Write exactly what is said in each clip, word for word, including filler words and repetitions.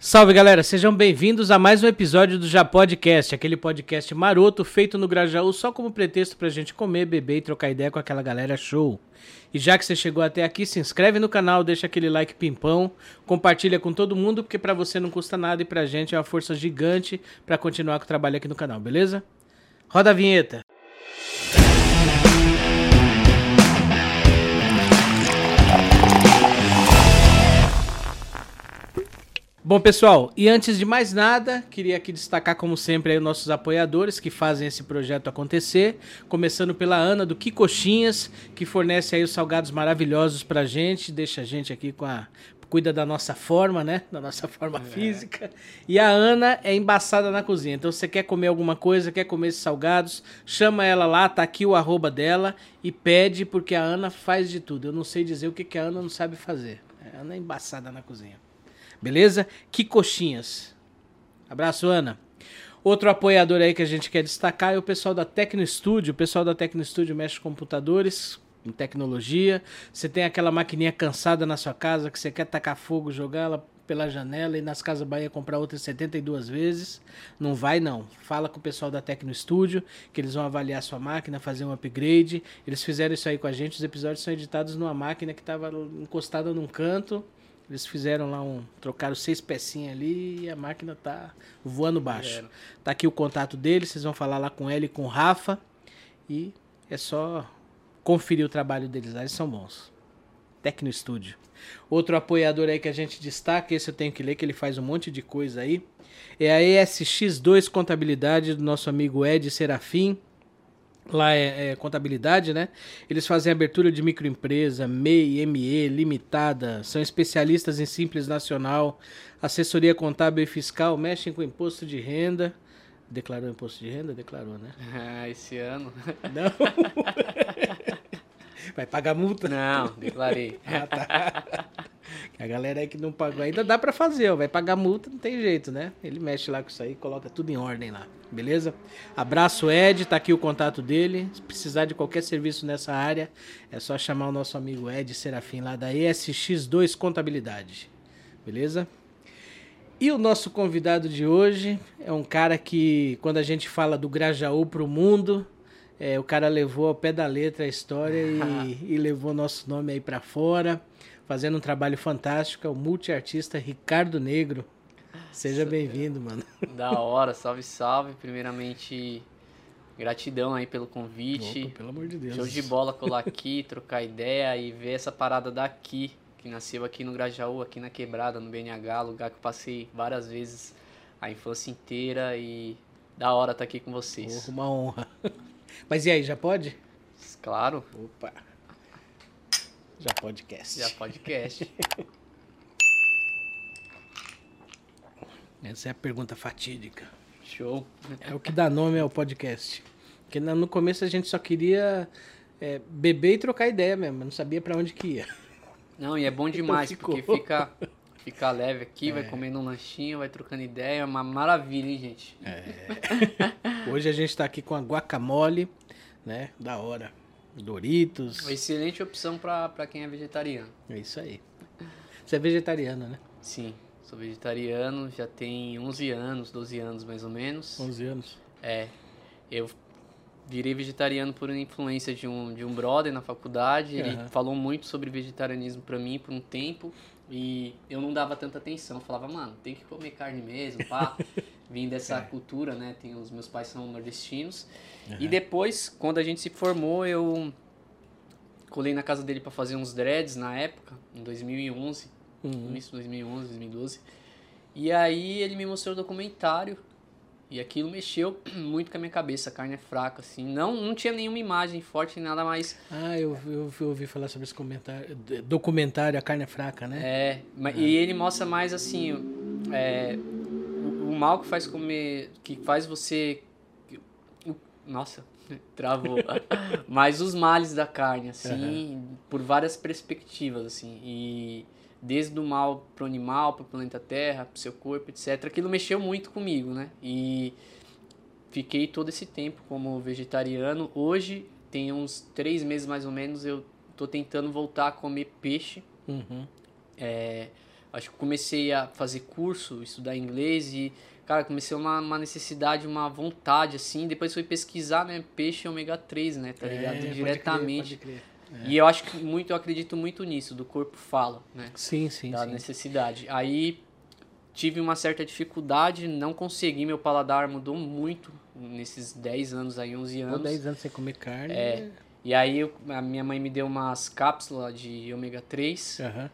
Salve, galera, sejam bem-vindos a mais um episódio do Já Podcast, aquele podcast maroto feito no Grajaú só como pretexto pra gente comer, beber e trocar ideia com aquela galera show. E já que você chegou até aqui, se inscreve no canal, deixa aquele like pimpão, compartilha com todo mundo, porque pra você não custa nada e pra gente é uma força gigante pra continuar com o trabalho aqui no canal, beleza? Roda a vinheta! Bom, pessoal, e antes de mais nada, queria aqui destacar, como sempre, aí, os nossos apoiadores que fazem esse projeto acontecer, começando pela Ana, do Que Coxinhas, que fornece aí os salgados maravilhosos pra gente, deixa a gente aqui com a... cuida da nossa forma, né, da nossa forma é. física, e a Ana é embaçada na cozinha, então se você quer comer alguma coisa, quer comer esses salgados, chama ela lá, tá aqui o arroba dela, e pede, porque a Ana faz de tudo, eu não sei dizer o que, que a Ana não sabe fazer, a Ana é embaçada na cozinha. Beleza? Que Coxinhas. Abraço, Ana. Outro apoiador aí que a gente quer destacar é o pessoal da Tecno Studio. O pessoal da Tecno Studio mexe com computadores, com tecnologia. Você tem aquela maquininha cansada na sua casa que você quer tacar fogo, jogar ela pela janela e nas Casas Bahia comprar outras setenta e duas vezes. Não vai, não. Fala com o pessoal da Tecno Studio que eles vão avaliar a sua máquina, fazer um upgrade. Eles fizeram isso aí com a gente. Os episódios são editados numa máquina que estava encostada num canto. Eles fizeram lá um... trocaram seis pecinhas ali e a máquina tá voando baixo. É. Tá aqui o contato deles, vocês vão falar lá com ele e com o Rafa. E é só conferir o trabalho deles lá, eles são bons. Tecno Studio. Outro apoiador aí que a gente destaca, esse eu tenho que ler, que ele faz um monte de coisa aí. É a E S X dois Contabilidade do nosso amigo Ed Serafim. Lá é, é contabilidade, né? Eles fazem abertura de microempresa, M E I, M E, limitada, são especialistas em Simples Nacional, assessoria contábil e fiscal, mexem com imposto de renda. Declarou imposto de renda? Declarou, né? Ah, esse ano. Não. Vai pagar multa? Não, declarei. Ah, tá. A galera aí que não pagou ainda dá pra fazer, ó. Vai pagar multa, não tem jeito, né? Ele mexe lá com isso aí, coloca tudo em ordem lá, beleza? Abraço, Ed, tá aqui o contato dele. Se precisar de qualquer serviço nessa área, é só chamar o nosso amigo Ed Serafim lá da E S X dois Contabilidade, beleza? E o nosso convidado de hoje é um cara que, quando a gente fala do Grajaú pro mundo, é, o cara levou ao pé da letra a história e, e levou nosso nome aí pra fora, fazendo um trabalho fantástico, é o multiartista Ricardo Negro. Seja bem-vindo, mano. Da hora, salve, salve. Primeiramente, gratidão aí pelo convite. Opa, pelo amor de Deus. Show de bola colar aqui, trocar ideia e ver essa parada daqui, que nasceu aqui no Grajaú, aqui na Quebrada, no B N H, lugar que eu passei várias vezes a infância inteira e da hora estar aqui com vocês. Oh, uma honra. Mas e aí, já pode? Claro. Opa. Já podcast. Já podcast. Essa é a pergunta fatídica. Show. É o que dá nome ao podcast. Porque no começo a gente só queria é, beber e trocar ideia mesmo. Não sabia pra onde que ia. Não, e é bom demais, então porque fica, fica leve aqui, é. Vai comendo um lanchinho, vai trocando ideia. É uma maravilha, hein, gente? É. Hoje a gente tá aqui com a guacamole, né? Da hora. Doritos. Uma excelente opção pra, pra quem é vegetariano. É isso aí. Você é vegetariano, né? Sim, sou vegetariano, já tem onze anos, doze anos mais ou menos. onze anos? É, eu virei vegetariano por influência de um, de um brother na faculdade, ele uhum. falou muito sobre vegetarianismo pra mim por um tempo e eu não dava tanta atenção, falava, mano, tem que comer carne mesmo, pá. Vim dessa é. cultura, né, tem, os meus pais são nordestinos. Uhum. E depois, quando a gente se formou, eu colei na casa dele pra fazer uns dreads na época, em dois mil e onze, uhum. isso, dois mil e onze, dois mil e doze. E aí ele me mostrou o documentário e aquilo mexeu muito com a minha cabeça, a carne é fraca, assim. Não, não tinha nenhuma imagem forte, nada mais... Ah, eu, eu, eu ouvi falar sobre esse comentário, documentário, a carne é fraca, né? É, ah. E ele mostra mais, assim, é, o, o mal que faz comer, que faz você... Nossa, travou. Mas os males da carne, assim, uhum. por várias perspectivas, assim. E desde o mal pro animal, pro planeta Terra, pro seu corpo, etcétera. Aquilo mexeu muito comigo, né? E fiquei todo esse tempo como vegetariano. Hoje, tem uns três meses mais ou menos, eu tô tentando voltar a comer peixe. Uhum. É, acho que comecei a fazer curso, estudar inglês e, cara, comecei uma, uma necessidade, uma vontade, assim. Depois fui pesquisar, né? Peixe ômega três, né? Tá ligado? É, Diretamente. Pode crer, pode crer. É. E eu acho que muito, eu acredito muito nisso, do corpo fala, né? Sim, sim, da sim. necessidade. Aí tive uma certa dificuldade, não consegui, meu paladar mudou muito nesses dez anos aí, onze anos. Pô, dez anos sem comer carne. É. E aí eu, a minha mãe me deu umas cápsulas de ômega três. Uhum.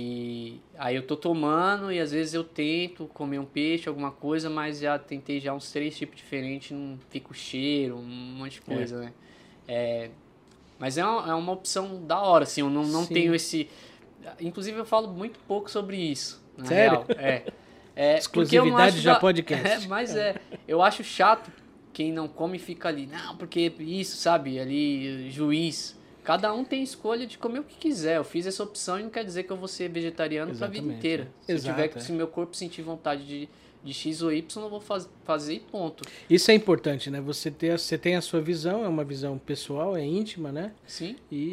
E aí eu tô tomando e às vezes eu tento comer um peixe, alguma coisa, mas já tentei já uns três tipos diferentes, não fica o cheiro, um monte de coisa, é. né? É, mas é uma, é uma opção da hora, assim, eu não, não tenho esse... Inclusive eu falo muito pouco sobre isso, na Sério? real. É, é, exclusividade já da... podcast. É, mas é, eu acho chato quem não come fica ali, não, porque isso, sabe, ali, juiz... Cada um tem escolha de comer o que quiser. Eu fiz essa opção e não quer dizer que eu vou ser vegetariano para a vida inteira. Se, Exato, eu tiver, é. se meu corpo sentir vontade de, de X ou Y, eu vou faz, fazer e ponto. Isso é importante, né? Você, ter, você tem a sua visão, é uma visão pessoal, é íntima, né? Sim.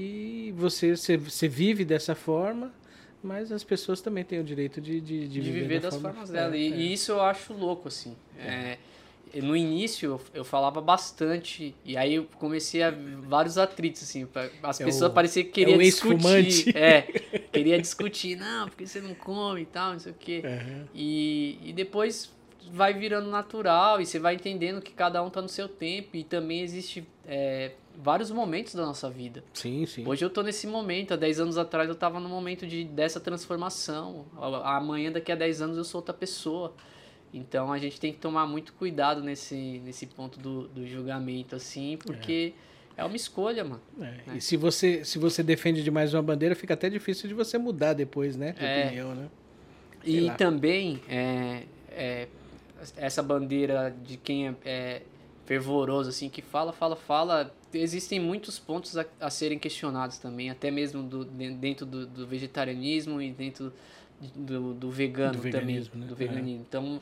E você, você, você vive dessa forma, mas as pessoas também têm o direito de, de, de, De viver, viver da das forma... formas dela. É, e, é. e isso eu acho louco, assim. É. É, no início eu, eu falava bastante, e aí eu comecei a vários atritos, assim, as é pessoas o, pareciam que queriam é discutir. É, queria discutir, não, porque você não come e tal, não sei o quê. Uhum. E, e depois vai virando natural e você vai entendendo que cada um tá no seu tempo e também existe é, vários momentos da nossa vida. Sim, sim. Hoje eu tô nesse momento, há dez anos atrás eu tava no momento de, dessa transformação. Amanhã, daqui a dez anos, eu sou outra pessoa. Então a gente tem que tomar muito cuidado nesse, nesse ponto do, do julgamento, assim, porque é, é uma escolha, mano. É. Né? E se você, se você defende demais uma bandeira, fica até difícil de você mudar depois, né? De é. opinião, né? Sei e lá. Também é, é, essa bandeira de quem é, é fervoroso, assim, que fala, fala, fala. Existem muitos pontos a, a serem questionados também, até mesmo do, dentro do, do vegetarianismo e dentro do, do vegano do também. Né? Do veganismo. É. Então,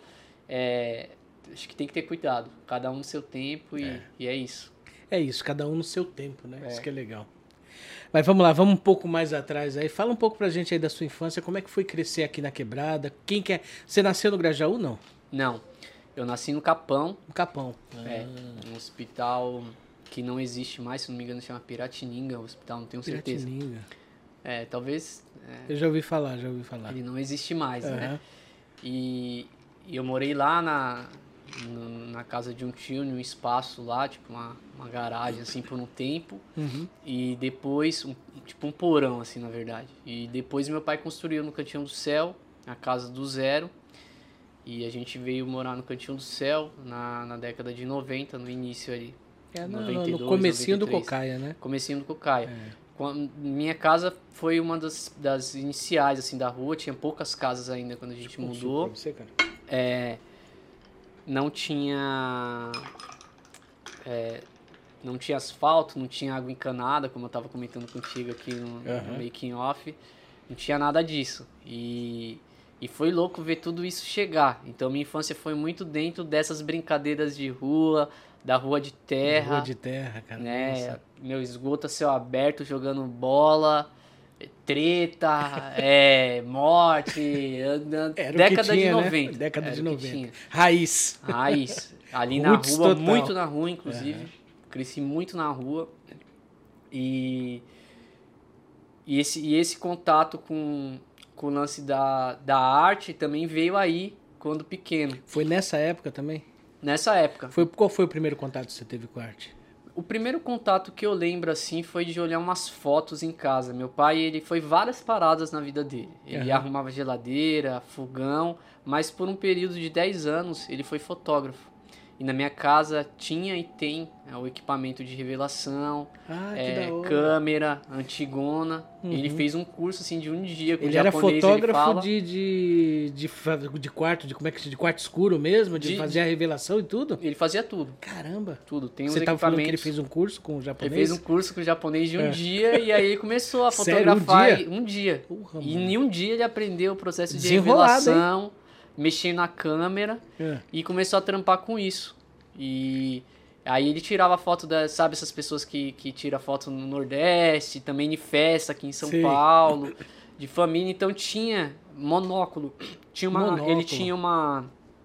é, acho que tem que ter cuidado. Cada um no seu tempo e é, e é isso. É isso, cada um no seu tempo, né? É. Isso que é legal. Mas vamos lá, vamos um pouco mais atrás aí. Fala um pouco pra gente aí da sua infância, como é que foi crescer aqui na Quebrada? Quem quer... Você nasceu no Grajaú, não? Não. Eu nasci no Capão. No Capão. É, um hospital que não existe mais, se não me engano, chama Piratininga, o hospital, não tenho certeza. Piratininga. É, talvez... É, eu já ouvi falar, já ouvi falar. Ele não existe mais, uhum. né? E, e eu morei lá na, no, na casa de um tio, num espaço lá, tipo uma, uma garagem, assim, por um tempo. Uhum. E depois, um, tipo um porão, assim, na verdade. E depois meu pai construiu no Cantinho do Céu, a casa do zero. E a gente veio morar no Cantinho do Céu na, na década de noventa, no início ali. É, no, noventa e dois, no comecinho noventa e três. Do Cocaia, né? Comecinho do Cocaia. É. Minha casa foi uma das, das iniciais, assim, da rua. Tinha poucas casas ainda quando a gente Desculpa, mudou. Você, cara. É, não tinha... É, não tinha asfalto, não tinha água encanada, como eu estava comentando contigo aqui no, uhum. no making off. Não tinha nada disso. E, e foi louco ver tudo isso chegar. Então minha infância foi muito dentro dessas brincadeiras de rua... Da rua de terra. Rua de terra, cara. Né? Nossa. Meu esgoto a céu aberto, jogando bola, treta, é, morte. Era década tinha, de noventa. Né? Década Era de noventa. Raiz. Raiz. Ali na rua, total. Muito na rua, inclusive. Uhum. Cresci muito na rua. E, e, esse, e esse contato com, com o lance da, da arte também veio aí, quando pequeno. Foi nessa época também? Nessa época. Foi, qual foi o primeiro contato que você teve com a arte? O primeiro contato que eu lembro, assim, foi de olhar umas fotos em casa. Meu pai, ele foi várias paradas na vida dele. Ele uhum. arrumava geladeira, fogão, mas por um período de dez anos ele foi fotógrafo. E na minha casa tinha e tem é, o equipamento de revelação, ah, é, câmera, antigona. Uhum. Ele fez um curso assim de um dia com ele o japonês. Ele era fotógrafo ele fala, de, de, de, de quarto, de como é que de quarto escuro mesmo, de, de fazer a revelação e tudo? Ele fazia tudo. Caramba. Tudo. Tem Você estava falando que ele fez um curso com o japonês? Ele fez um curso com o japonês de um é. dia e aí ele começou a Sério? fotografar Um dia? um dia. Porra, e em um dia ele aprendeu o processo de Desenrolado, revelação, hein? mexendo na câmera é. e começou a trampar com isso. E aí ele tirava foto, da, sabe, essas pessoas que, que tiram foto no Nordeste, também de festa aqui em São Sim. Paulo, de família. Então tinha monóculo. Tinha uma, Monóculo. Ele tinha uma,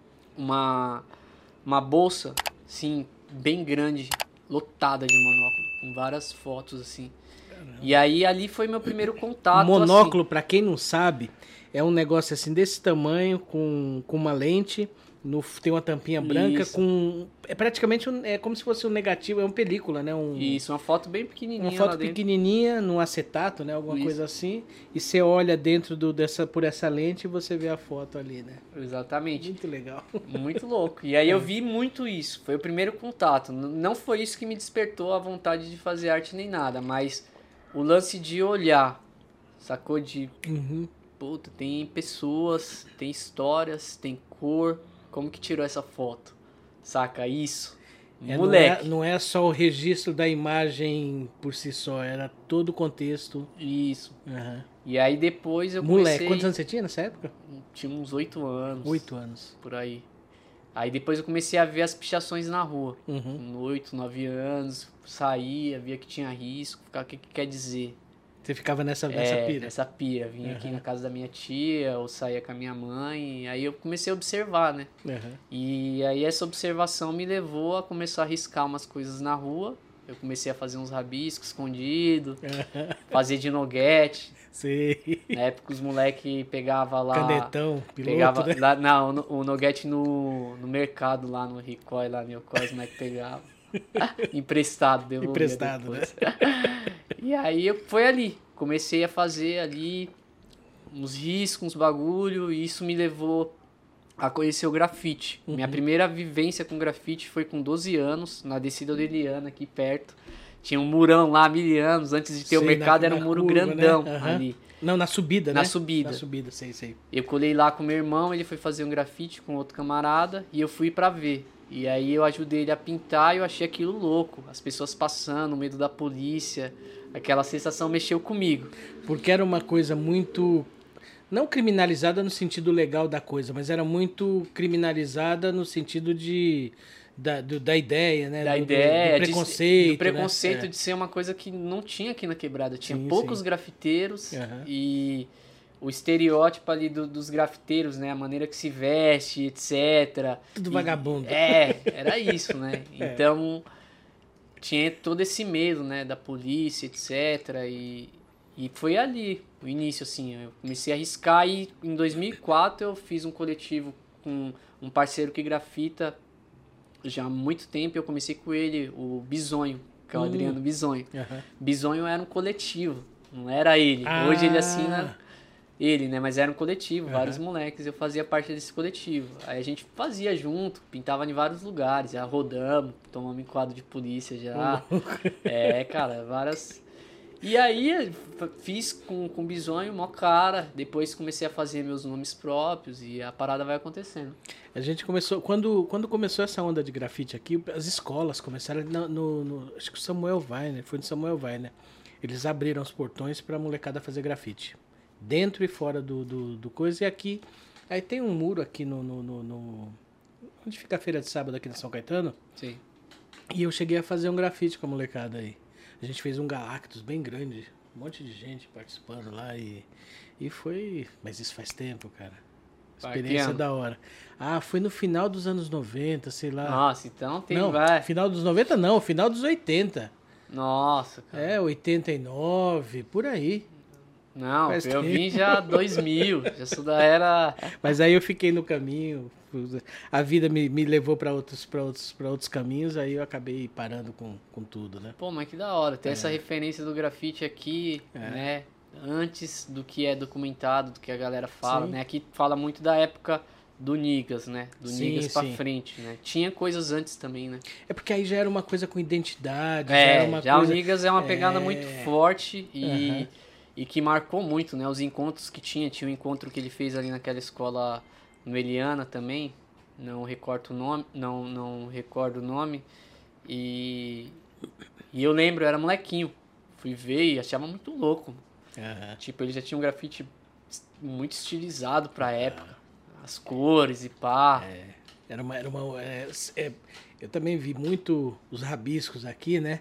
uma, uma bolsa, assim, bem grande, lotada de monóculo, com várias fotos, assim. Caramba. E aí, ali foi meu primeiro contato, monóculo, assim. Pra quem não sabe, é um negócio assim desse tamanho, com, com uma lente, no, tem uma tampinha branca, Isso. com... É praticamente um, é como se fosse um negativo, é uma película, né? Um, Isso, uma foto bem pequenininha uma foto lá dentro. pequenininha, num acetato, né? Alguma Isso. coisa assim. E você olha dentro do, dessa, por essa lente e você vê a foto ali, né? Exatamente. Muito legal. Muito louco. E aí eu vi muito isso. Foi o primeiro contato. N- Não foi isso que me despertou a vontade de fazer arte nem nada, mas o lance de olhar, sacou? De, Uhum. puta, tem pessoas, tem histórias, tem cor. Como que tirou essa foto? Saca? Isso. É, Moleque. Não é, não é só o registro da imagem por si só, era todo o contexto. Isso. Uhum. E aí depois eu Moleque, comecei... quantos anos você tinha nessa época? Tinha uns oito anos. Oito anos. Por aí. Aí depois eu comecei a ver as pichações na rua. Uhum. Com oito, nove anos, saía, via que tinha risco, ficava, o que, que quer dizer? Você ficava nessa, nessa é, pira? Nessa pira. Vinha Uhum. aqui na casa da minha tia, ou saía com a minha mãe, aí eu comecei a observar, né? Uhum. E aí essa observação me levou a começar a riscar umas coisas na rua. Eu comecei a fazer uns rabiscos escondidos, Uhum. fazer de noguete. Sei. Na época os moleque pegava lá... Canetão, piloto, Pegava né? lá, não, no- o Noguete no, no mercado lá no Ricói, lá no Cosmo, é que pegava. Emprestado, devolvia Emprestado, depois. né? E aí eu, foi ali, comecei a fazer ali uns riscos, uns bagulho, e isso me levou a conhecer o grafite. Uhum. Minha primeira vivência com grafite foi com doze anos, na descida do Eliana, aqui perto. Tinha um murão lá há mil anos, antes de ter Sei, o mercado na- era um na muro curva, grandão né? Uhum. ali. Não, na subida, Na né? subida. Na subida, sei, sei. Eu colei lá com meu irmão, ele foi fazer um grafite com outro camarada e eu fui pra ver. E aí eu ajudei ele a pintar e eu achei aquilo louco. As pessoas passando, o medo da polícia, aquela sensação mexeu comigo. Porque era uma coisa muito... Não criminalizada no sentido legal da coisa, mas era muito criminalizada no sentido de... Da, do- da ideia, né? Da do, ideia, do, do preconceito. de, do preconceito né? de ser uma coisa que não tinha aqui na quebrada. Tinha Sim, poucos sim. grafiteiros Uhum. e o estereótipo ali do- dos grafiteiros, né? A maneira que se veste, etcétera. Tudo E- vagabundo. É, era isso, né? É. Então, tinha todo esse medo, né? Da polícia, etcétera. E, e foi ali o início, assim. Eu comecei a arriscar e em dois mil e quatro eu fiz um coletivo com um parceiro que grafita já há muito tempo. Eu comecei com ele, o Bisonho, que é o Hum. Adriano Bisonho. Uhum. Bisonho era um coletivo, não era ele. Ah. Hoje ele assina ele, né? Mas era um coletivo, Uhum. vários moleques. Eu fazia parte desse coletivo. Aí a gente fazia junto, pintava em vários lugares. Já rodamos, tomamos enquadro de polícia já. É, cara, várias... E aí f- fiz com, com Bisonho, mó cara. Depois comecei a fazer meus nomes próprios e a parada vai acontecendo. A gente começou... Quando, quando começou essa onda de grafite aqui, as escolas começaram... No, no, no- acho que o Samuel Weiner, foi no Samuel Weiner. Eles abriram os portões pra molecada fazer grafite. Dentro e fora do, do, do coisa. E aqui... Aí tem um muro aqui no, no, no, no... Onde fica a feira de sábado aqui na São Caetano. Sim. E eu cheguei a fazer um grafite com a molecada aí. A gente fez um Galactus bem grande. Um monte de gente participando lá e... E foi... Mas isso faz tempo, cara. Experiência da hora. Ah, foi no final dos anos noventa, sei lá. Nossa, então tem... não, vai. final dos noventa não, final dos oitenta. Nossa, cara. É, oitenta e nove, por aí. Não, Faz eu tempo. vim já dois mil, já sou da era... Mas aí eu fiquei no caminho, a vida me, me levou para outros, pra outros, pra outros caminhos, aí eu acabei parando com, com tudo, né? Pô, mas que da hora, ter É. essa referência do grafite aqui, É. né, antes do que é documentado, do que a galera fala, Sim. né, aqui fala muito da época do Nigas, né, do Sim, Nigas pra sim. frente, né, tinha coisas antes também, né. É porque aí já era uma coisa com identidade, já É, era uma já coisa... o Nigas é uma pegada É. muito forte e, Aham. e que marcou muito, né, os encontros que tinha, tinha um encontro que ele fez ali naquela escola no Eliana também, não recordo o nome, não, não recordo o nome, e, e eu lembro, eu era molequinho, fui ver e achava muito louco, Aham. tipo, ele já tinha um grafite muito estilizado pra época, as cores e pá, Era uma, era uma, é, é, eu também vi muito os rabiscos aqui, né?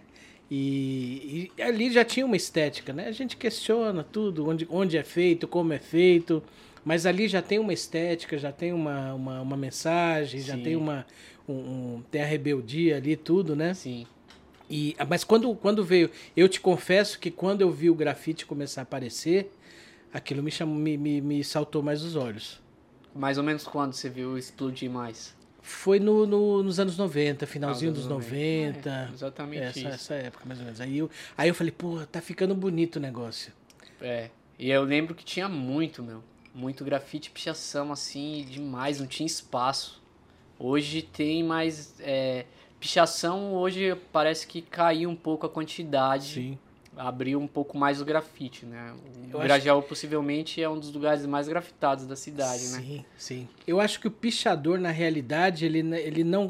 E, e ali já tinha uma estética, né? A gente questiona tudo, onde, onde é feito, como é feito, Mas ali já tem uma estética, já tem uma, uma, uma mensagem, já Sim. tem uma... Um, um- tem a rebeldia ali, tudo, né? Sim. E, mas quando, quando veio... Eu te confesso que quando eu vi o grafite começar a aparecer, aquilo me, chamou, me, me, me saltou mais os olhos. Mais ou menos quando você viu explodir mais? Foi no, no- nos anos noventa, finalzinho Ah, dos dos noventa. noventa. É, exatamente essa, isso. essa época, mais ou menos. Aí eu, aí eu falei, pô, tá ficando bonito o negócio. É. E eu lembro que tinha muito, meu. Muito grafite, pichação, assim, demais. Não tinha espaço. Hoje tem mais... É, pichação, hoje parece que caiu um pouco a quantidade. Sim. Abriu um pouco mais o grafite, né? Eu O acho Grajaú possivelmente é um dos lugares mais grafitados da cidade, né? Sim, sim. Eu acho que o pichador, na realidade, ele, ele não...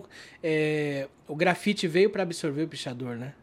é, o grafite veio para absorver o pichador, né?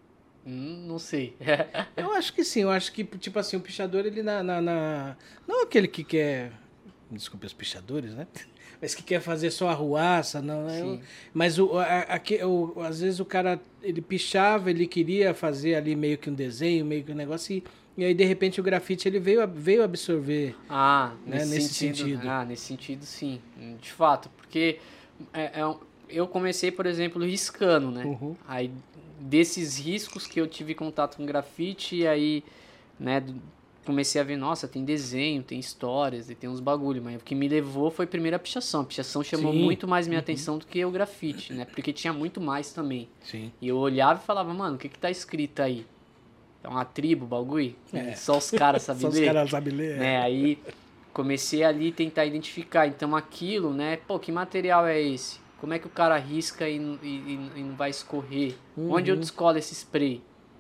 Hum, não sei. Eu acho que sim. Eu acho que, tipo assim, o pichador, ele na... na, na- não aquele que quer... Desculpe os pichadores, né? Mas que quer fazer só arruaça, não. Eu, Sim. mas o, a, a, o, às vezes o cara, ele pichava, ele queria fazer ali meio que um desenho, meio que um negócio, e, e aí de repente o grafite ele veio, veio absorver. Ah, Né, nesse, nesse sentido, sentido. Ah, nesse sentido, sim. De fato, porque é, é um- eu comecei, por exemplo, riscando, né? Uhum. Aí, desses riscos que eu tive contato com grafite, e aí, né, do- comecei a ver, nossa, tem desenho, tem histórias, e tem uns bagulho, mas o que me levou foi primeiro a pichação. A pichação chamou Sim. muito mais minha Uhum. atenção do que o grafite, né? Porque tinha muito mais também. Sim. E eu olhava e falava, mano, o que que tá escrito aí? É uma tribo, bagulho? É. Só os caras sabem Só os ler? caras sabem ler. Né? Aí comecei ali a tentar identificar. Então aquilo, né? Pô, que material é esse? Como é que o cara risca e, n- e, e- e não vai escorrer? Uhum. Onde eu descolo esse spray?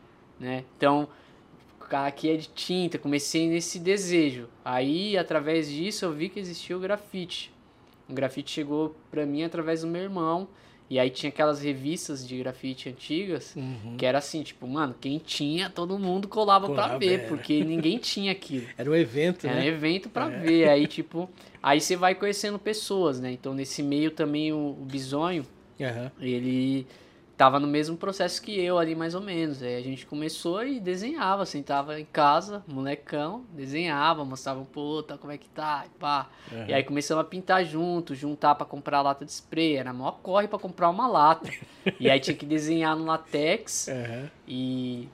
Né? Então, o cara aqui é de tinta. Comecei nesse desejo. Aí, através disso, eu vi que existia o grafite. O grafite chegou pra mim através do meu irmão. E aí tinha aquelas revistas de grafite antigas, Uhum. que era assim, tipo, mano, quem tinha, todo mundo colava, Colava, pra ver, era. porque ninguém tinha aquilo. Era um evento, Era um né? evento pra É. ver, aí tipo, aí você vai conhecendo pessoas, né? Então nesse meio também o, o Bisonho, Aham. ele tava no mesmo processo que eu ali mais ou menos. Aí a gente começou e desenhava, sentava em casa, molecão, desenhava, mostrava pro outro, como é que tá, e pá. Aham. E aí começamos a pintar junto, juntar pra comprar lata de spray, era maior corre pra comprar uma lata. E aí tinha que desenhar no latex. Aham. E,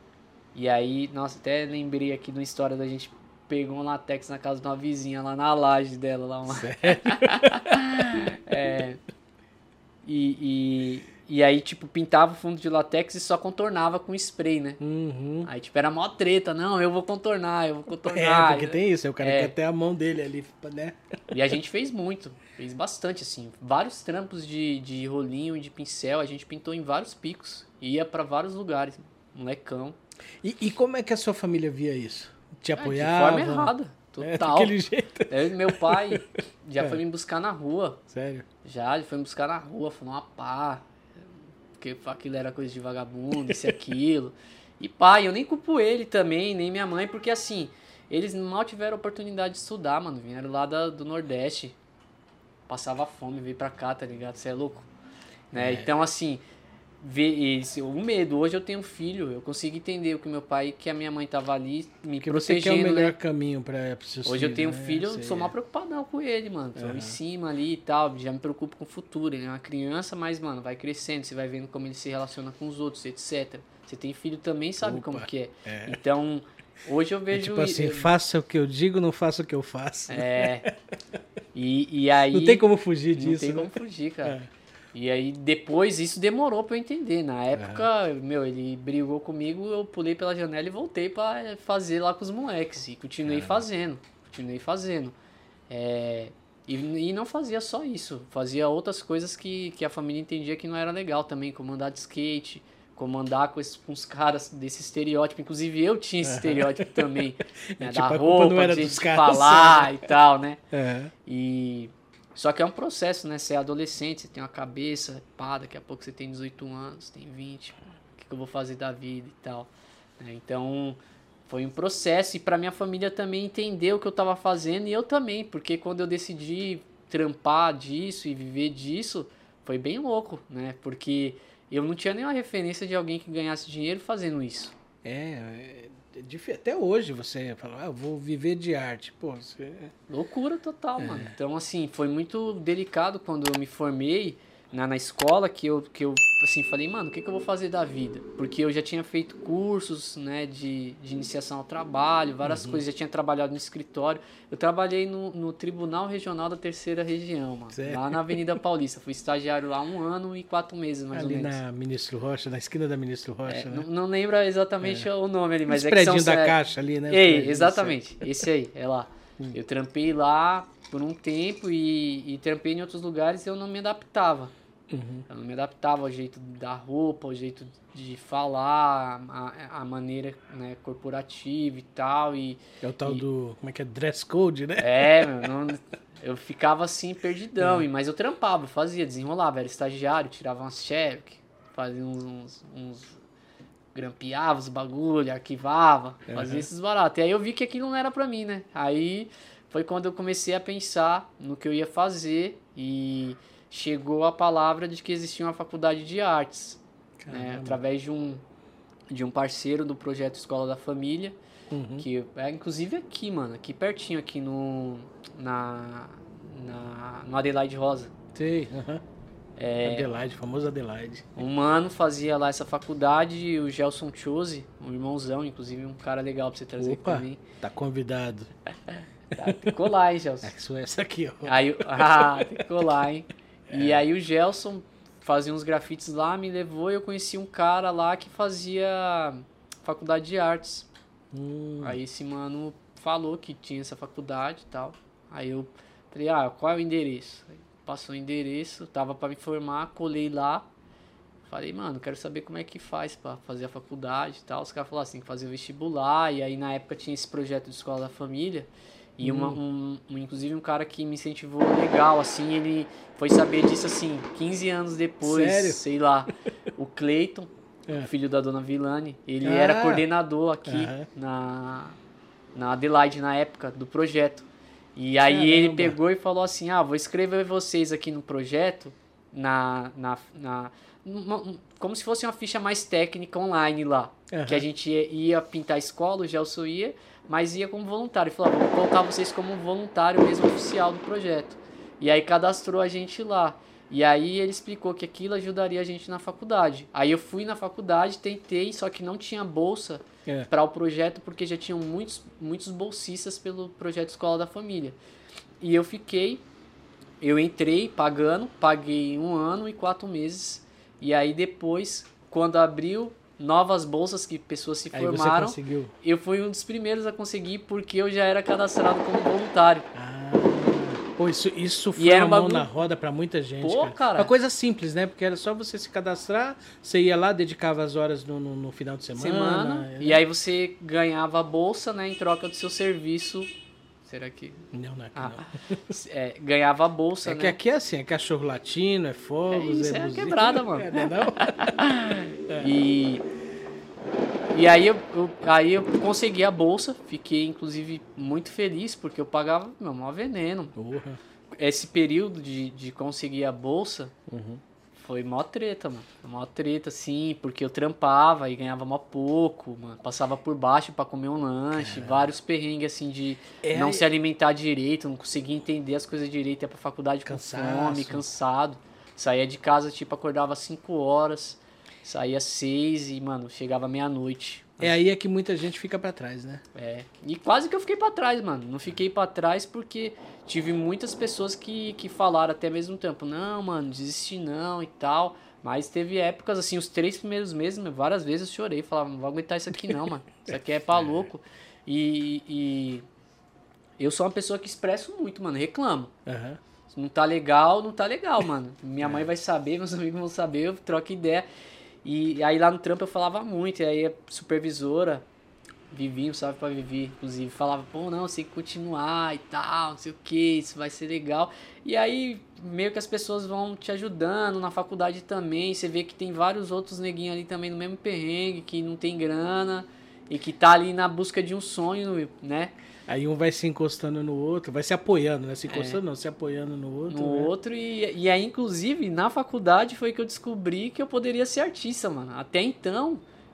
e aí, nossa, até lembrei aqui de uma história da gente pegou um latex na casa de uma vizinha lá na laje dela. Lá uma... é, e, e, e aí, tipo, pintava o fundo de latex e só contornava com spray, né? Uhum. Aí, tipo, era mó treta. Não, eu vou contornar, eu vou É, contornar. porque tem isso, aí o cara É. quer ter a mão dele ali, né? E a gente fez muito, fez bastante, assim. Vários trampos de, de rolinho e de pincel, a gente pintou em vários picos. Ia pra vários lugares, molecão. E, e como é que a sua família via isso? Te É, de apoiava? forma errada, É, total. daquele jeito. Eu e meu pai já É. foi me buscar na rua. Sério? Já, ele foi me buscar na rua, falou uma pá. Porque aquilo era coisa de vagabundo, isso e aquilo. E pai, eu nem culpo ele também, nem minha mãe, porque assim, eles mal tiveram oportunidade de estudar, mano. Vieram lá da, do Nordeste. Passava fome, veio pra cá, tá ligado? Você é louco? Né? É. Então, assim, ver esse, o medo. Hoje eu tenho um filho, eu consigo entender o que meu pai, que a minha mãe tava ali me Porque você quer o protegendo, melhor né? caminho pra, pra seus Hoje eu filhos, tenho um né? filho, eu Sei, sou é. mal preocupadão com ele, mano. Tô Aham. em cima ali e tal, já me preocupo com o futuro. Ele é uma criança, mas, mano, vai crescendo, você vai vendo como ele se relaciona com os outros, etcétera. Você tem filho também, sabe Opa, como que é. é. Então, hoje eu É vejo... tipo assim, eu- faça o que eu digo, não faça o que eu faço. É. E, e aí... Não tem como fugir Não disso, tem né? como fugir, cara. É. E aí, depois, isso demorou pra eu entender. Na época, meu, ele brigou comigo, eu pulei pela janela e voltei pra fazer lá com os moleques. E continuei Caramba. fazendo, continuei fazendo. É, e, e não fazia só isso, fazia outras coisas que, que a família entendia que não era legal também, como andar de skate, como andar com, esses, com os caras desse estereótipo. Inclusive, eu tinha esse estereótipo também, né, Tipo, da a culpa roupa, não era do jeito dos de caras, falar e tal, né? É. E só que é um processo, né? Você é adolescente, você tem uma cabeça, pá, daqui a pouco você tem dezoito anos, tem vinte, pô, o que, que eu vou fazer da vida e tal. né? Então, foi um processo e pra minha família também entender o que eu tava fazendo e eu também, porque quando eu decidi trampar disso e viver disso, foi bem louco, né? Porque eu não tinha nenhuma referência de alguém que ganhasse dinheiro fazendo isso. É, Até hoje você fala, ah, eu vou viver de arte. Pô, você... Loucura total, é. mano. Então, assim, foi muito delicado quando eu me formei na, na escola, que eu, que eu assim, falei, mano, o que, que eu vou fazer da vida? Porque eu já tinha feito cursos, né, de, de iniciação ao trabalho, várias uhum. coisas, já tinha trabalhado no escritório. Eu trabalhei no, no Tribunal Regional da Terceira Região, mano, certo. Lá na Avenida Paulista. Fui estagiário lá um ano e quatro meses, mais ali ou menos. Ali na Ministro Rocha, na esquina da Ministro Rocha, é, né? Não, não lembro exatamente é. o nome ali, mas Os é que são... da é, Caixa ali, né? Ei, exatamente, esse aí, é lá. Hum. Eu trampei lá por um tempo e, e trampei em outros lugares e eu não me adaptava. Uhum. Eu não me adaptava ao jeito da roupa, ao jeito de falar, a, a maneira, né, corporativa e tal. E, é o tal e, do, como é que é, dress code, né? É, meu, não, eu ficava assim, perdidão, é. mas eu trampava, fazia, desenrolava, era estagiário, tirava umas cheques, fazia uns, uns, uns grampeava os bagulho, arquivava, uhum. fazia esses baratos. E aí eu vi que aquilo não era pra mim, né? Aí foi quando eu comecei a pensar no que eu ia fazer e... chegou a palavra de que existia uma faculdade de artes, né, através de um, de um parceiro do projeto Escola da Família, uhum. que é inclusive aqui, mano, aqui pertinho, aqui no, na, na, no Adelaide Rosa. Sim, uhum. é, Adelaide, famoso Adelaide. Um mano fazia lá essa faculdade, o Gelson Chose, um irmãozão, inclusive um cara legal pra você trazer Opa, aqui também. Tá convidado. Tá, ficou lá, hein, Gelson? É essa aqui, ó. Aí, ah, ficou lá, hein? E é. aí o Gelson fazia uns grafites lá, me levou e eu conheci um cara lá que fazia faculdade de artes. Hum. Aí esse mano falou que tinha essa faculdade e tal. Aí eu falei, ah, qual é o endereço? Aí passou o endereço, tava pra me formar, colei lá. Falei, mano, quero saber como é que faz pra fazer a faculdade e tal. Os caras falaram assim, que fazia o vestibular. E aí na época tinha esse projeto de Escola da Família. E uma, um, um, inclusive um cara que me incentivou legal, assim, ele foi saber disso, assim, quinze anos depois, Sério? sei lá. O Cleiton, é. o filho da dona Vilane, ele ah, era coordenador aqui uh-huh. na, na Adelaide, na época, do projeto. E aí Caramba. ele pegou e falou assim, ah, vou escrever vocês aqui no projeto, na, na, na, uma, como se fosse uma ficha mais técnica online lá. Uh-huh. Que a gente ia, ia pintar a escola, o Gelson ia, mas ia como voluntário. Ele falou, vou colocar vocês como voluntário mesmo oficial do projeto. E aí cadastrou a gente lá. E aí ele explicou que aquilo ajudaria a gente na faculdade. Aí eu fui na faculdade, tentei, só que não tinha bolsa é. para o projeto, porque já tinham muitos, muitos bolsistas pelo projeto Escola da Família. E eu fiquei, eu entrei pagando, paguei um ano e quatro meses. E aí depois, quando abriu novas bolsas que pessoas se aí formaram, você conseguiu. Eu fui um dos primeiros a conseguir porque eu já era cadastrado como voluntário. Ah, pô, isso, isso foi uma mão bagulho... na roda pra muita gente, pô, cara. cara. Uma coisa simples, né? Porque era só você se cadastrar, você ia lá, dedicava as horas no, no, no final de semana. semana né? E aí você ganhava a bolsa, né, em troca do seu serviço. Será que... Não, não é aqui ah, não. É, ganhava a bolsa, é né? É que aqui é assim, é cachorro latino, é fogos, é isso, é é buzina. quebrada, mano. É, não? é. E... E aí eu, eu, aí eu consegui a bolsa, fiquei inclusive muito feliz, porque eu pagava meu maior veneno. Uhum. Esse período de, de conseguir a bolsa uhum. foi mó treta, mano. Mó treta, sim, porque eu trampava e ganhava mó pouco, mano. Passava por baixo pra comer um lanche, Caramba. vários perrengues assim de é não aí... se alimentar direito, não conseguia entender as coisas direito, ia pra faculdade Cansaço. com fome, cansado. Saía de casa, tipo, acordava às cinco horas. Saía às seis e, mano, chegava meia-noite. É aí é que muita gente fica pra trás, né? É. E quase que eu fiquei pra trás, mano. Não fiquei pra trás porque tive muitas pessoas que, que falaram até mesmo tempo, não, mano, desisti não e tal. Mas teve épocas, assim, os três primeiros meses, várias vezes eu chorei. Falava, não vou aguentar isso aqui não, mano. Isso aqui é pra louco. E, e eu sou uma pessoa que expresso muito, mano. Reclamo. Uhum. Não tá legal, não tá legal, mano. Minha mãe vai saber, meus amigos vão saber, eu troco ideia. E aí lá no trampo eu falava muito, e aí a supervisora, Vivinho, salve pra Vivi, inclusive, falava, pô, não, você tem que continuar e tal, não sei o que, isso vai ser legal. E aí meio que as pessoas vão te ajudando, na faculdade também, você vê que tem vários outros neguinhos ali também no mesmo perrengue, que não tem grana, e que tá ali na busca de um sonho, né? Aí um vai se encostando no outro, vai se apoiando, né? Se encostando é. não, se apoiando no outro. No né? outro, e, e aí, inclusive, na faculdade foi que eu descobri que eu poderia ser artista, mano. Até então,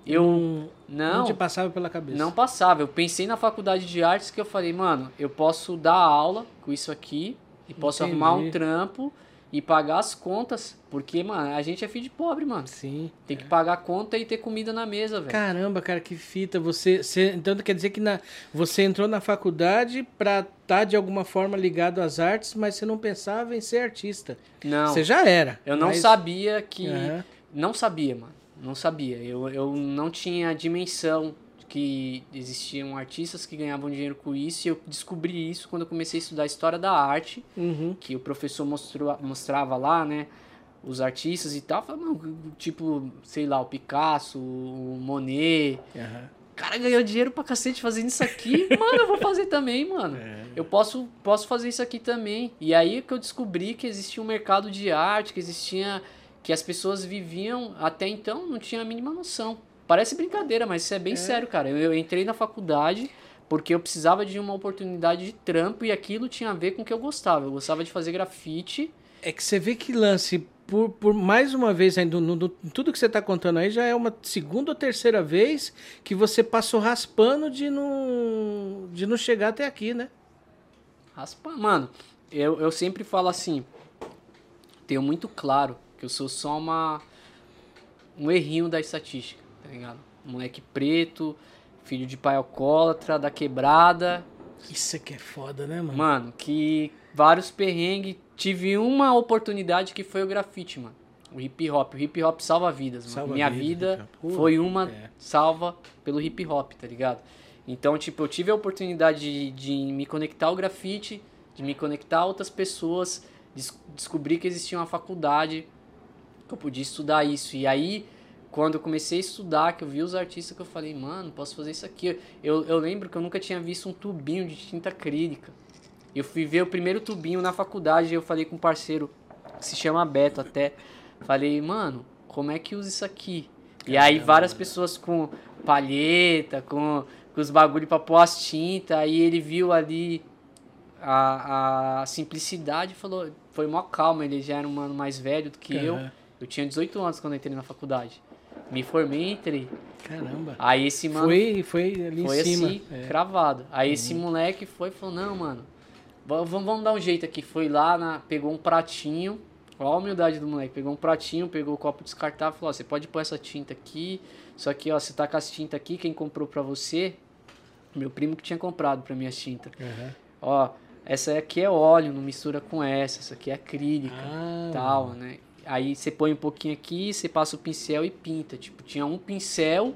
eu não, não, não te passava pela cabeça. Não passava. Eu pensei na faculdade de artes que eu falei, mano, eu posso dar aula com isso aqui e posso Entendi. arrumar um trampo e pagar as contas, porque, mano, a gente é filho de pobre, mano. Sim. Tem que pagar a conta e ter comida na mesa, velho. Caramba, cara, que fita. Você, você então quer dizer que na, você entrou na faculdade pra estar de alguma forma ligado às artes, mas você não pensava em ser artista. Não. Você já era. Eu não mas... sabia que... Uhum. Não sabia, mano. Não sabia. Eu, eu não tinha dimensão que existiam artistas que ganhavam dinheiro com isso, e eu descobri isso quando eu comecei a estudar História da Arte, uhum. que o professor mostrou, mostrava lá, né, os artistas e tal, falava, tipo, sei lá, o Picasso, o Monet, uhum. o cara ganhou dinheiro pra cacete fazendo isso aqui, mano, eu vou fazer também, mano, é. eu posso, posso fazer isso aqui também, e aí que eu descobri que existia um mercado de arte, que existia, que as pessoas viviam, até então, não tinha a mínima noção. Parece brincadeira, mas isso é bem é. sério, cara. Eu, eu entrei na faculdade porque eu precisava de uma oportunidade de trampo e aquilo tinha a ver com o que eu gostava. Eu gostava de fazer grafite. É que você vê que lance, por, por mais uma vez, ainda no, no, tudo que você tá contando aí já é uma segunda ou terceira vez que você passou raspando de não, de não chegar até aqui, né? Raspando. Mano, eu, eu sempre falo assim, tenho muito claro que eu sou só uma, um errinho da estatística. Tá ligado? Moleque preto, filho de pai alcoólatra, da quebrada. Isso aqui é foda, né, mano? Mano, que vários perrengues. Tive uma oportunidade que foi o grafite, mano. O hip hop. O hip hop salva vidas, mano. Salva Minha vida, vida foi uma é. salva pelo hip hop, tá ligado? Então, tipo, eu tive a oportunidade de, de me conectar ao grafite, de me conectar a outras pessoas, de descobrir que existia uma faculdade, que eu podia estudar isso. E aí... Quando eu comecei a estudar, que eu vi os artistas, que eu falei, mano, posso fazer isso aqui. Eu, eu lembro que eu nunca tinha visto um tubinho de tinta acrílica. Eu fui ver o primeiro tubinho na faculdade e eu falei com um parceiro, que se chama Beto até. Falei, mano, como é que usa isso aqui? E Caramba, aí várias mano. pessoas com palheta, com, com os bagulho pra pôr as tintas. Aí ele viu ali a, a simplicidade e falou, foi mó calma. Ele já era um mano mais velho do que uhum. eu. Eu tinha dezoito anos quando eu entrei na faculdade. Me formei e entrei. Caramba. Aí esse mano... Foi, foi ali foi em cima. Assim, é. cravado. Aí uhum. esse moleque foi e falou, não, mano, vamos, vamos dar um jeito aqui. Foi lá, na, pegou um pratinho. Olha a humildade do moleque. Pegou um pratinho, pegou o copo descartável e falou, ó, você pode pôr essa tinta aqui. Só que, ó, você tá com as tintas aqui, quem comprou pra você? Meu primo que tinha comprado pra mim as tintas. Uhum. Ó, essa aqui é óleo, não mistura com essa. Essa aqui é acrílica e ah. tal, né? Aí você põe um pouquinho aqui, você passa o pincel e pinta. Tipo, tinha um pincel,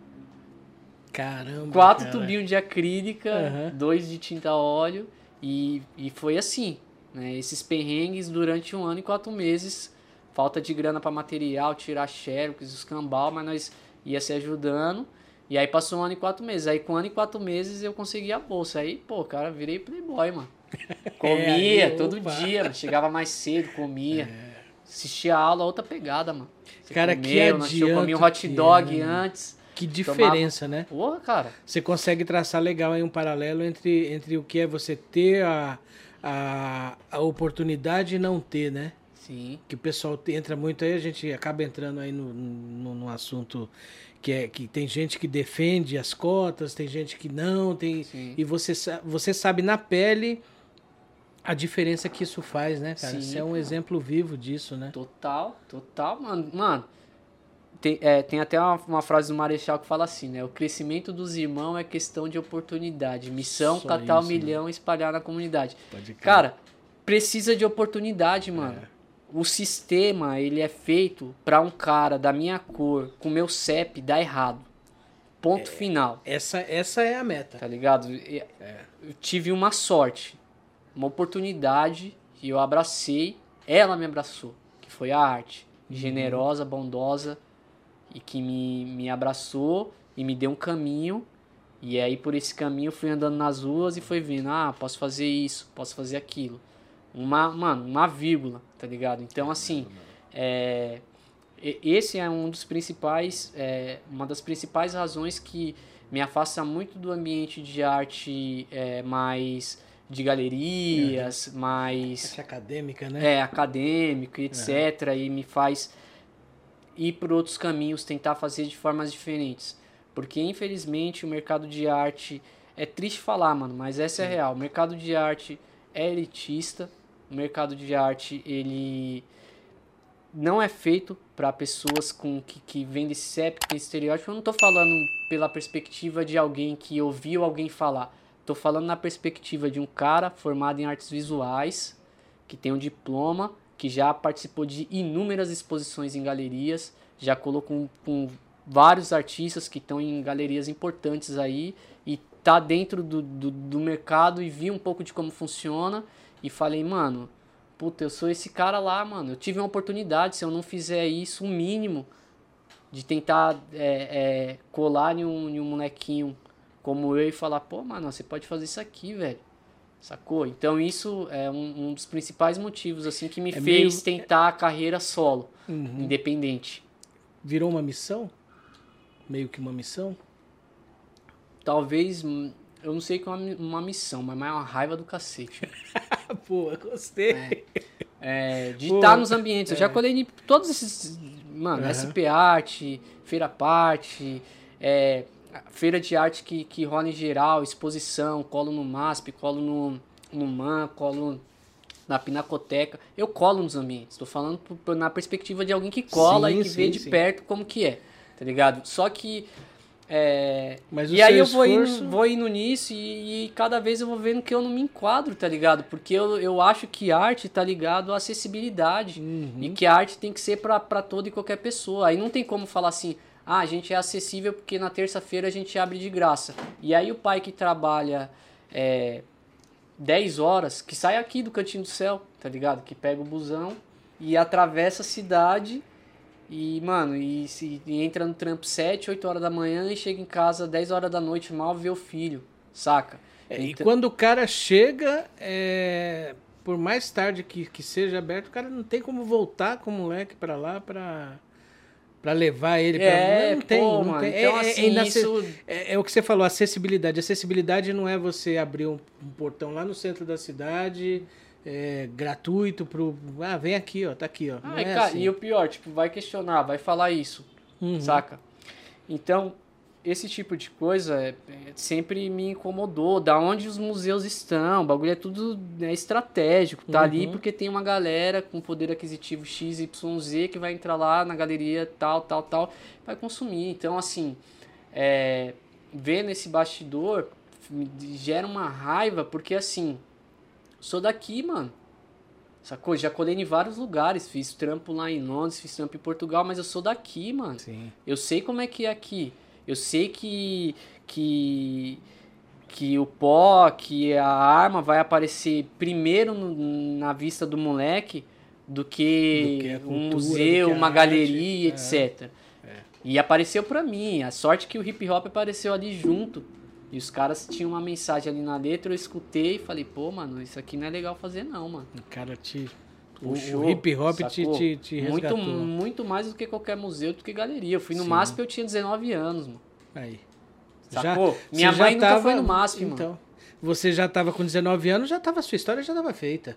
caramba, quatro cara. tubinhos de acrílica, uhum. dois de tinta a óleo. E, e foi assim, né? Esses perrengues durante um ano e quatro meses. Falta de grana para material, tirar xerox, os cambal, mas nós ia se ajudando. E aí passou um ano e quatro meses. Aí com um ano e quatro meses eu consegui a bolsa. Aí, pô, cara, virei playboy, mano. Comia é, aí, todo opa. dia, mano. Chegava mais cedo, comia. É. Assistia a aula, outra pegada, mano. Você cara, comeu, que adianto eu comia um hot dog é, antes. Que diferença, tomava... né? Porra, cara. Você consegue traçar legal aí um paralelo entre, entre o que é você ter a, a, a oportunidade e não ter, né? Sim. Que o pessoal entra muito aí, a gente acaba entrando aí no, no, no assunto que é que tem gente que defende as cotas, tem gente que não, tem Sim. e você, você sabe na pele a diferença que isso faz, né, cara? Sim. Você é um exemplo vivo disso, né? Total, total, mano. Mano, tem, é, tem até uma, uma frase do Marechal que fala assim, né? O crescimento dos irmãos é questão de oportunidade. Missão, Só catar o um milhão e espalhar na comunidade. Pode cara, precisa de oportunidade, mano. É. O sistema, ele é feito pra um cara da minha cor, com meu C E P, dar errado. Ponto é, final. Essa, essa é a meta. Tá ligado? Eu, é. eu tive uma sorte. Uma oportunidade que eu abracei, ela me abraçou, que foi a arte, uhum. generosa, bondosa, e que me, me abraçou e me deu um caminho, e aí por esse caminho eu fui andando nas ruas e fui vendo, ah, posso fazer isso, posso fazer aquilo, uma, mano, uma vírgula, tá ligado? Então assim, é, esse é um dos principais, é, uma das principais razões que me afasta muito do ambiente de arte é, mais... de galerias, uhum. mais... Essa acadêmica, né? É, acadêmico, etcétera. Uhum. E me faz... ir por outros caminhos, tentar fazer de formas diferentes. Porque, infelizmente, o mercado de arte... É triste falar, mano, mas essa é a real. O mercado de arte é elitista. O mercado de arte, ele não é feito para pessoas com, que, que vêm desse C E P, que tem estereótipo. Eu não tô falando pela perspectiva de alguém que ouviu alguém falar. Tô falando na perspectiva de um cara formado em artes visuais, que tem um diploma, que já participou de inúmeras exposições em galerias, já colocou com, com vários artistas que estão em galerias importantes aí, e tá dentro do, do, do mercado e vi um pouco de como funciona e falei, mano, puta, eu sou esse cara lá, mano, eu tive uma oportunidade, se eu não fizer isso, o mínimo de tentar é, é, colar em um, em um molequinho como eu e falar, pô, mano, você pode fazer isso aqui, velho, sacou? Então isso é um, um dos principais motivos, assim, que me é fez meio... tentar a carreira solo, uhum. independente. Virou uma missão? Meio que uma missão? Talvez, eu não sei que é uma, uma missão, mas é uma raiva do cacete. Pô, gostei. É, é, de estar nos ambientes. É. Eu já colei em todos esses, mano, uhum. S P Art, Feira Parte, é, feira de arte que, que rola em geral, exposição, colo no MASP, colo no, no MAN, colo na Pinacoteca. Eu colo nos ambientes. Tô falando por, na perspectiva de alguém que cola sim, e que sim, vê de sim. perto como que é, tá ligado? Só que É, Mas e aí eu vou, esforço... indo, vou indo nisso e, e cada vez eu vou vendo que eu não me enquadro, tá ligado? Porque eu, eu acho que arte tá ligado à acessibilidade uhum. e que a arte tem que ser pra, pra toda e qualquer pessoa. Aí não tem como falar assim, ah, a gente é acessível porque na terça-feira a gente abre de graça. E aí o pai que trabalha é, dez horas, que sai aqui do Cantinho do Céu, tá ligado? Que pega o busão e atravessa a cidade... E, mano, e, se, e entra no trampo sete, oito horas da manhã e chega em casa dez horas da noite, mal vê o filho, saca? É, então... E quando o cara chega, é, por mais tarde que, que seja aberto, o cara não tem como voltar com o moleque pra lá pra, pra levar ele. É, pra... Não tem, pô, não mano, tem. Então, é, assim, é, inace... isso... é, é o que você falou, acessibilidade. Acessibilidade não é você abrir um, um portão lá no centro da cidade... É, gratuito pro... Ah, vem aqui, ó, tá aqui, ó. Ah, é e, cara, assim. e o pior, tipo, vai questionar, vai falar isso, uhum. saca? Então, esse tipo de coisa é, é, sempre me incomodou. Da onde os museus estão, o bagulho é tudo é, estratégico, tá uhum. ali porque tem uma galera com poder aquisitivo X Y Z que vai entrar lá na galeria tal, tal, tal, vai consumir. Então, assim, é, vendo esse bastidor me gera uma raiva, porque assim... Sou daqui, mano. Sacou? Já colei em vários lugares. Fiz trampo lá em Londres, fiz trampo em Portugal, mas eu sou daqui, mano. Sim. Eu sei como é que é aqui. Eu sei que, que, que o pó, que a arma vai aparecer primeiro no, na vista do moleque do que, do que cultura, um museu, uma arte, galeria, é. etcétera. É. E apareceu pra mim. A sorte que o hip hop apareceu ali junto. E os caras tinham uma mensagem ali na letra, eu escutei e falei, pô, mano, isso aqui não é legal fazer não, mano. O cara te... Puxou, o hip hop te, te, te resgatou. Muito, muito mais do que qualquer museu, do que galeria. Eu fui no Sim. MASP, eu tinha dezenove anos, mano. Aí. Sacou? Já, Minha mãe nunca tava, foi no MASP, mano. Então, você já tava com dezenove anos, já tava, a sua história já tava feita.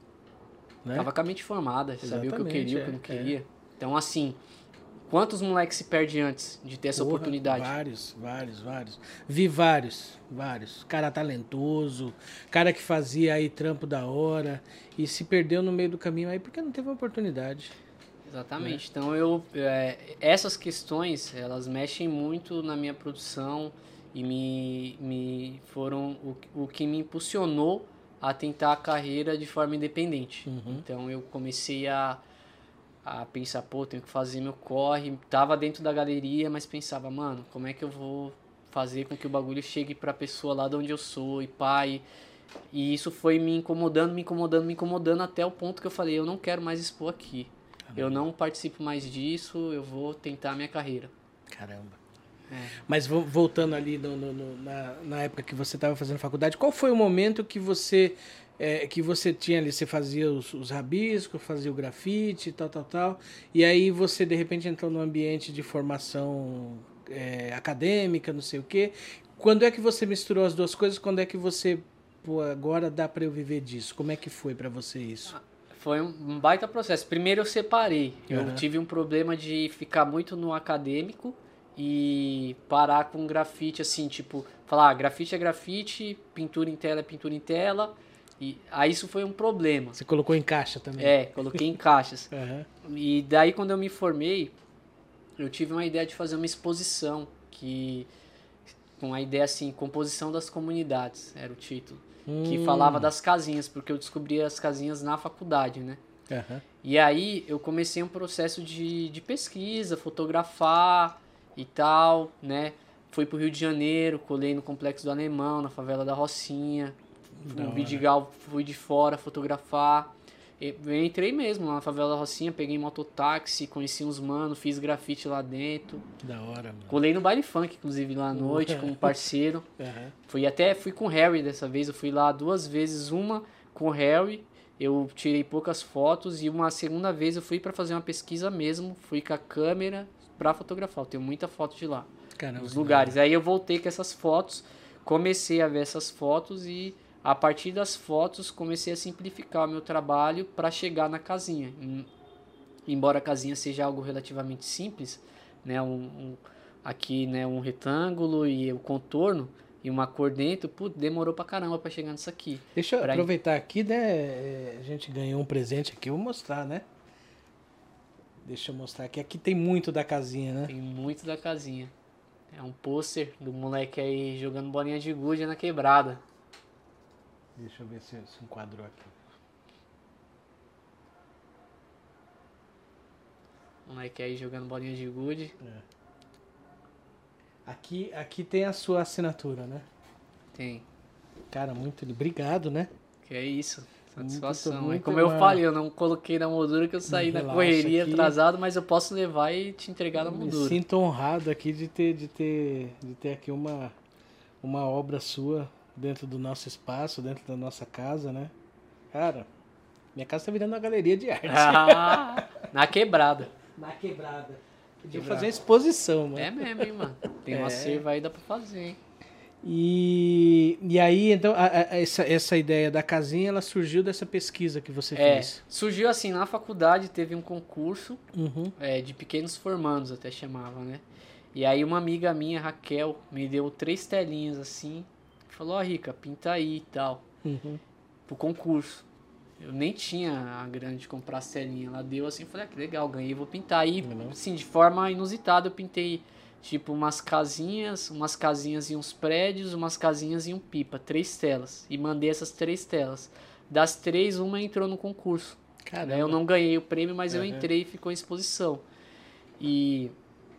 Né? Tava com a mente formada, Exatamente, sabia o que eu queria, é, o que eu não queria. É. Então, assim... Quantos moleques se perdem antes de ter essa Porra, oportunidade? Vários, vários, vários. Vi vários, vários. Cara talentoso, cara que fazia aí trampo da hora e se perdeu no meio do caminho aí porque não teve uma oportunidade. Exatamente. Né? Então, eu, é, essas questões, elas mexem muito na minha produção e me, me foram o, o que me impulsionou a tentar a carreira de forma independente. Uhum. Então, eu comecei a... a pensar, pô, tenho que fazer meu corre, tava dentro da galeria, mas pensava, mano, como é que eu vou fazer com que o bagulho chegue pra pessoa lá de onde eu sou, e pai, e isso foi me incomodando, me incomodando, me incomodando, até o ponto que eu falei, eu não quero mais expor aqui, Caramba. eu não participo mais disso, eu vou tentar a minha carreira. Caramba. É. Mas voltando ali no, no, no, na, na época que você estava fazendo faculdade, qual foi o momento que você... É, que você tinha ali, você fazia os, os rabiscos, fazia o grafite, tal, tal, tal, e aí você de repente entrou num ambiente de formação é, acadêmica, não sei o quê. Quando é que você misturou as duas coisas? Quando é que você, pô, agora dá para eu viver disso? Como é que foi para você isso? Foi um baita processo. Primeiro eu separei. Eu Uhum. tive um problema de ficar muito no acadêmico e parar com grafite, assim, tipo, falar, ah, grafite é grafite, pintura em tela é pintura em tela. E aí isso foi um problema. Você colocou em caixa também? É, coloquei em caixas. Uhum. E daí quando eu me formei, eu tive uma ideia de fazer uma exposição, que com a ideia assim, composição das comunidades, era o título. Que Hum. falava das casinhas, porque eu descobri as casinhas na faculdade, né? Uhum. E aí eu comecei um processo de, de pesquisa, fotografar e tal, né? Fui pro Rio de Janeiro, colei no Complexo do Alemão, na favela da Rocinha. Da No hora. Vidigal fui de fora fotografar. Eu entrei mesmo lá na favela da Rocinha, peguei mototáxi, conheci uns manos, fiz grafite lá dentro. Da hora, mano. Colei no baile funk, inclusive, lá à noite, Ué. com um parceiro. Uhum. Fui até, fui com o Harry dessa vez, eu fui lá duas vezes, uma com o Harry, eu tirei poucas fotos, e uma segunda vez eu fui pra fazer uma pesquisa mesmo, fui com a câmera pra fotografar, eu tenho muita foto de lá, Caramba, nos que lugares. Aí eu voltei com essas fotos, comecei a ver essas fotos e a partir das fotos comecei a simplificar o meu trabalho para chegar na casinha. Em- Embora a casinha seja algo relativamente simples, né, um, um- aqui, né, um retângulo e o contorno e uma cor dentro, putz, demorou pra caramba pra chegar nisso aqui. Deixa eu Pra- aproveitar aqui, né? é, A gente ganhou um presente aqui, eu vou mostrar, né? Deixa eu mostrar aqui. Aqui tem muito da casinha, né? Tem muito da casinha. É um pôster do moleque aí jogando bolinha de gude na quebrada. Deixa eu ver se, se enquadrou aqui. Moleque aí jogando bolinha de gude. Aqui, aqui tem a sua assinatura, né? Tem. Cara, muito. Obrigado, né? Que é isso. Satisfação. Muito, é muito, como eu mano. falei, eu não coloquei na moldura que eu saí na Relaxa correria aqui. atrasado, mas eu posso levar e te entregar na Me moldura. sinto honrado aqui de ter, de ter, de ter aqui uma, uma obra sua dentro do nosso espaço, dentro da nossa casa, né? Cara, minha casa tá virando uma galeria de arte. Ah, na quebrada. Na quebrada. Podia Quebrada. fazer uma exposição, mano. É mesmo, hein, mano. Tem É. uma cerva aí, dá pra fazer, hein. E, e aí, então, a- a- essa, essa ideia da casinha, ela surgiu dessa pesquisa que você É, fez. surgiu assim, na faculdade teve um concurso Uhum. é, de pequenos formandos, até chamava, né? E aí uma amiga minha, Raquel, me deu três telinhas assim, falou, ó, Rica, pinta aí e tal, Uhum. pro concurso. Eu nem tinha a grana de comprar as telinhas, ela deu assim, eu falei, ah, que legal, ganhei, vou pintar. Aí, Uhum. assim, de forma inusitada, eu pintei, tipo, umas casinhas, umas casinhas e uns prédios, umas casinhas e um pipa, três telas. E mandei essas três telas. Das três, uma entrou no concurso. Caramba. Né? Eu não ganhei o prêmio, mas eu Uhum. entrei e ficou em exposição. E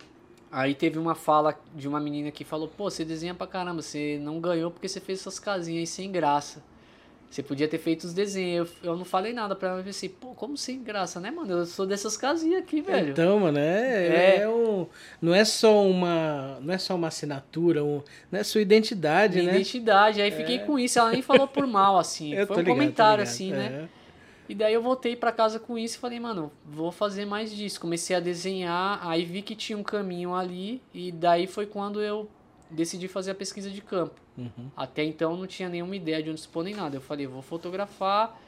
aí teve uma fala de uma menina que falou, pô, você desenha pra caramba, você não ganhou porque você fez essas casinhas aí sem graça. Você podia ter feito os desenhos. Eu, eu não falei nada pra ela, eu pensei, pô, como sem graça, né, mano? Eu sou dessas casinhas aqui, velho. Então, mano, é, É. é um, não é só uma, não é só uma assinatura, um, não é sua identidade, Minha né? identidade. Aí fiquei com isso, ela nem falou por mal, assim. Eu Foi tô um ligado, tô comentário, ligado. assim, né? É. E daí eu voltei pra casa com isso e falei, mano, vou fazer mais disso. Comecei a desenhar, aí vi que tinha um caminho ali, e daí foi quando eu decidi fazer a pesquisa de campo. Uhum. Até então não tinha nenhuma ideia de onde expor nem nada. Eu falei, vou fotografar,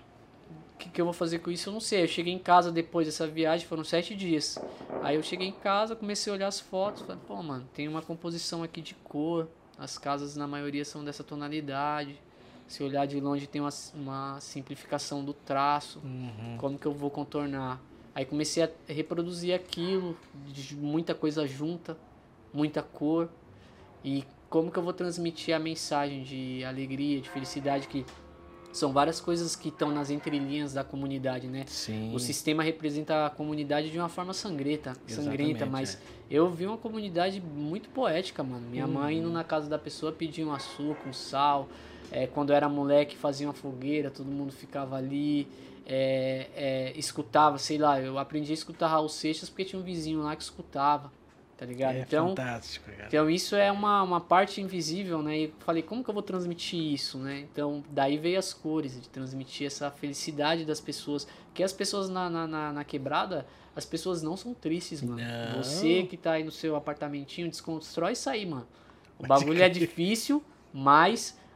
o que, que eu vou fazer com isso eu não sei. Eu cheguei em casa depois dessa viagem, foram sete dias. Aí eu cheguei em casa, comecei a olhar as fotos, falei, pô, mano, tem uma composição aqui de cor, as casas na maioria são dessa tonalidade. Se olhar de longe tem uma, uma simplificação do traço, Uhum. como que eu vou contornar. Aí comecei a reproduzir aquilo, de muita coisa junta, muita cor. E como que eu vou transmitir a mensagem de alegria, de felicidade, que são várias coisas que estão nas entrelinhas da comunidade, né? Sim. O sistema representa a comunidade de uma forma sangrenta, sangrenta, Exatamente, mas é. eu vi uma comunidade muito poética, mano. Minha Uhum. mãe indo na casa da pessoa pedia um açúcar, um sal. É, quando eu era moleque fazia uma fogueira, todo mundo ficava ali, é, é, escutava, sei lá, eu aprendi a escutar Raul Seixas porque tinha um vizinho lá que escutava, tá ligado? É então, fantástico, cara. então isso é uma, uma parte invisível, né? E eu falei, como que eu vou transmitir isso, né? Então daí veio as cores, de transmitir essa felicidade das pessoas. Porque as pessoas na, na, na, na quebrada, as pessoas não são tristes, mano. Não. Você que tá aí no seu apartamentinho, desconstrói isso aí, mano. O Pode bagulho é crer. difícil, mas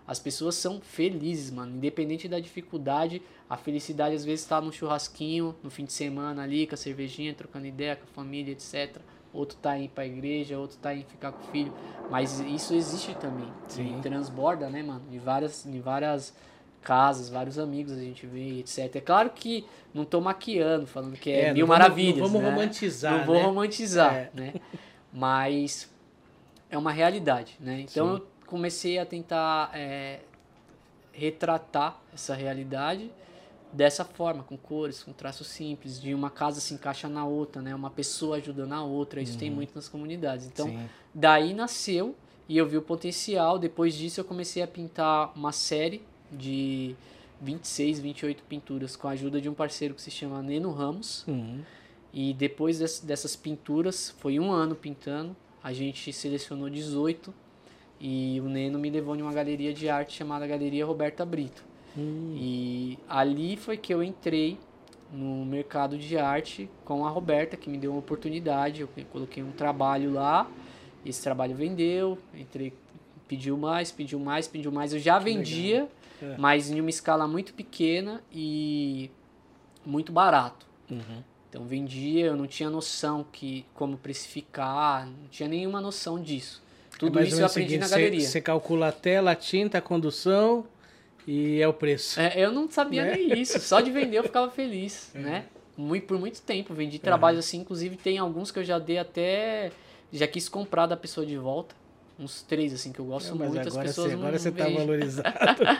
As pessoas são felizes, mano. Independente da dificuldade, a felicidade às vezes tá no churrasquinho, no fim de semana ali, com a cervejinha, trocando ideia com a família, etcétera. Outro tá em ir pra igreja, outro tá em ficar com o filho. Mas isso existe também. Sim. E transborda, né, mano? Em várias, em várias casas, vários amigos a gente vê, etcétera. É claro que não tô maquiando, falando que é, é mil vamos, maravilhas. Não vamos né? romantizar, Não vou né? romantizar, é. né? Mas é uma realidade, né? Então Sim. eu comecei a tentar é, retratar essa realidade dessa forma, com cores, com traços simples, de uma casa se encaixa na outra, né? Uma pessoa ajudando a outra, isso uhum. tem muito nas comunidades. Então, Sim. daí nasceu e eu vi o potencial. Depois disso eu comecei a pintar uma série de vinte e seis, vinte e oito pinturas com a ajuda de um parceiro que se chama Neno Ramos. Uhum. E depois des, dessas pinturas, foi um ano pintando, a gente selecionou dezoito e o Neno me levou em uma galeria de arte chamada Galeria Roberta Brito. Hum. E ali foi que eu entrei no mercado de arte com a Roberta, que me deu uma oportunidade. Eu coloquei um trabalho lá, esse trabalho vendeu, entrei, pediu mais, pediu mais, pediu mais. Eu já que vendia, é. mas em uma escala muito pequena e muito barato. Uhum. Então vendia, eu não tinha noção que como precificar, não tinha nenhuma noção disso. Tudo é isso eu aprendi seguinte, na galeria. Você calcula a tela, a tinta, a condução e é o preço. É, eu não sabia né? nem isso, só de vender eu ficava feliz, uhum. né? Muito, por muito tempo, vendi uhum. trabalhos assim, inclusive tem alguns que eu já dei até, já quis comprar da pessoa de volta. Uns três, assim, que eu gosto não, muito, as pessoas cê, não Agora você tá valorizado.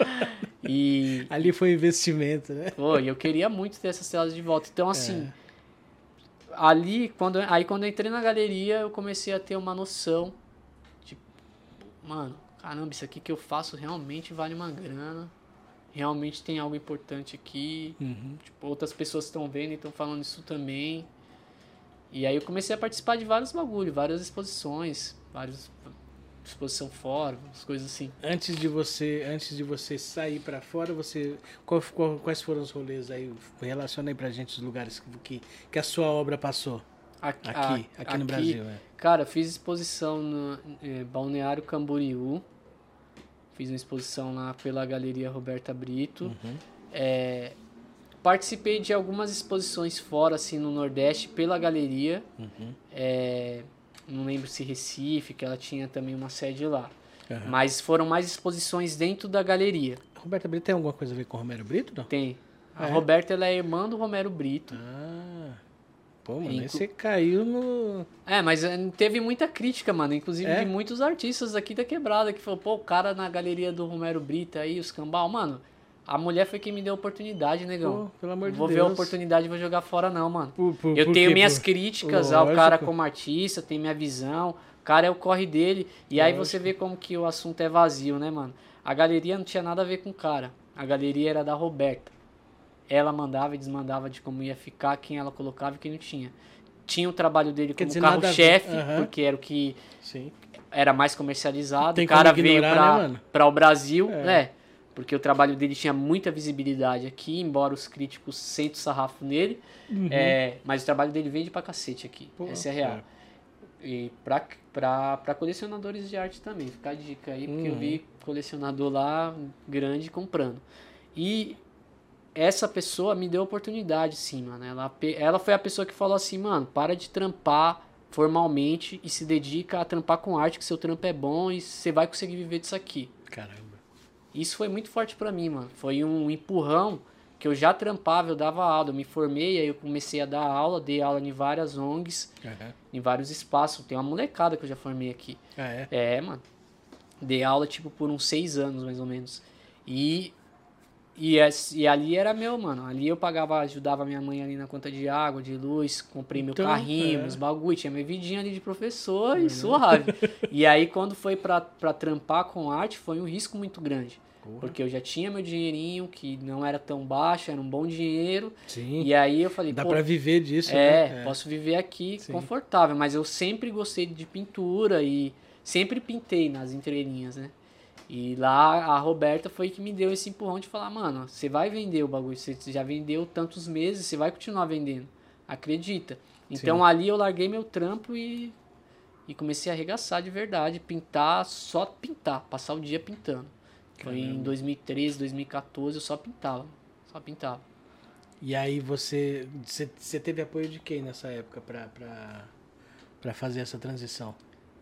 e ali foi investimento, né? Pô, e eu queria muito ter essas telas de volta. Então, assim, é. ali, quando, aí quando eu entrei na galeria, eu comecei a ter uma noção de, mano, caramba, isso aqui que eu faço realmente vale uma grana. Realmente tem algo importante aqui. Uhum. Tipo, outras pessoas estão vendo e estão falando isso também. E aí eu comecei a participar de vários bagulhos, várias exposições, várias exposição fora, as coisas assim. Antes de você, antes de você sair para fora, você qual, qual, quais foram os rolês aí? Relaciona aí pra gente os lugares que, que a sua obra passou. Aqui, aqui, a, aqui, aqui no aqui, Brasil. É. Cara, fiz exposição no é, Balneário Camboriú. Fiz uma exposição lá pela Galeria Roberta Brito. Uhum. É, participei de algumas exposições fora, assim, no Nordeste, pela galeria. Uhum. É, não lembro se Recife, que ela tinha também uma sede lá. Uhum. Mas foram mais exposições dentro da galeria. A Roberta Brito tem alguma coisa a ver com o Romero Brito, não? Tem. A é? Roberta, ela é irmã do Romero Brito. Ah... Pô, mano, Inclu... aí você caiu no... É, mas teve muita crítica, mano. Inclusive é? de muitos artistas aqui da quebrada que falou, pô, o cara na galeria do Romero Brito aí, os cambal. Mano, a mulher foi quem me deu a oportunidade, negão. Pô, pelo amor de vou Deus. ver a oportunidade e vou jogar fora não, mano. Por, por, eu por tenho quê? minhas por... críticas Lógico. ao cara como artista, tenho minha visão. O cara é o corre dele. E Lógico. aí você vê como que o assunto é vazio, né, mano? A galeria não tinha nada a ver com o cara. A galeria era da Roberta. Ela mandava e desmandava de como ia ficar, quem ela colocava e quem não tinha. Tinha o trabalho dele como carro-chefe, uhum. porque era o que Sim. era mais comercializado. Tem o cara como veio ignorar, né, para o Brasil, é. né? Porque o trabalho dele tinha muita visibilidade aqui, embora os críticos sentem o sarrafo nele. Uhum. É, mas o trabalho dele vende pra cacete aqui. Pô, essa é a real. É. E pra, pra, pra colecionadores de arte também. Fica a dica aí, porque uhum. eu vi colecionador lá grande comprando. E essa pessoa me deu oportunidade, sim, mano. Ela, ela foi a pessoa que falou assim, mano, para de trampar formalmente e se dedica a trampar com arte, que seu trampo é bom e você vai conseguir viver disso aqui. Caramba. Isso foi muito forte pra mim, mano. Foi um empurrão que eu já trampava, eu dava aula. Eu me formei, aí eu comecei a dar aula, dei aula em várias O N Gs, uhum. em vários espaços. Tem uma molecada que eu já formei aqui. Ah, é? É, mano. Dei aula, tipo, por uns seis anos, mais ou menos. E... E, e ali era meu, mano. Ali eu pagava, ajudava minha mãe ali na conta de água, de luz, comprei então, meu carrinho, é. meus bagulho, tinha minha vidinha ali de professor uhum. e suave. E aí quando foi pra, pra trampar com arte, foi um risco muito grande. Porra. Porque eu já tinha meu dinheirinho, que não era tão baixo, era um bom dinheiro. Sim. E aí eu falei, dá pô, pra viver disso, é, né? É, posso viver aqui Sim. confortável. Mas eu sempre gostei de pintura e sempre pintei nas entrelinhas, né? E lá a Roberta foi que me deu esse empurrão de falar, mano, você vai vender o bagulho, você já vendeu tantos meses, você vai continuar vendendo, acredita. Então Sim. ali eu larguei meu trampo e, e comecei a arregaçar de verdade, pintar, só pintar, passar o dia pintando. Foi em dois mil e treze, dois mil e quatorze, eu só pintava. Só pintava. E aí você, você, você teve apoio de quem nessa época pra, pra, pra fazer essa transição?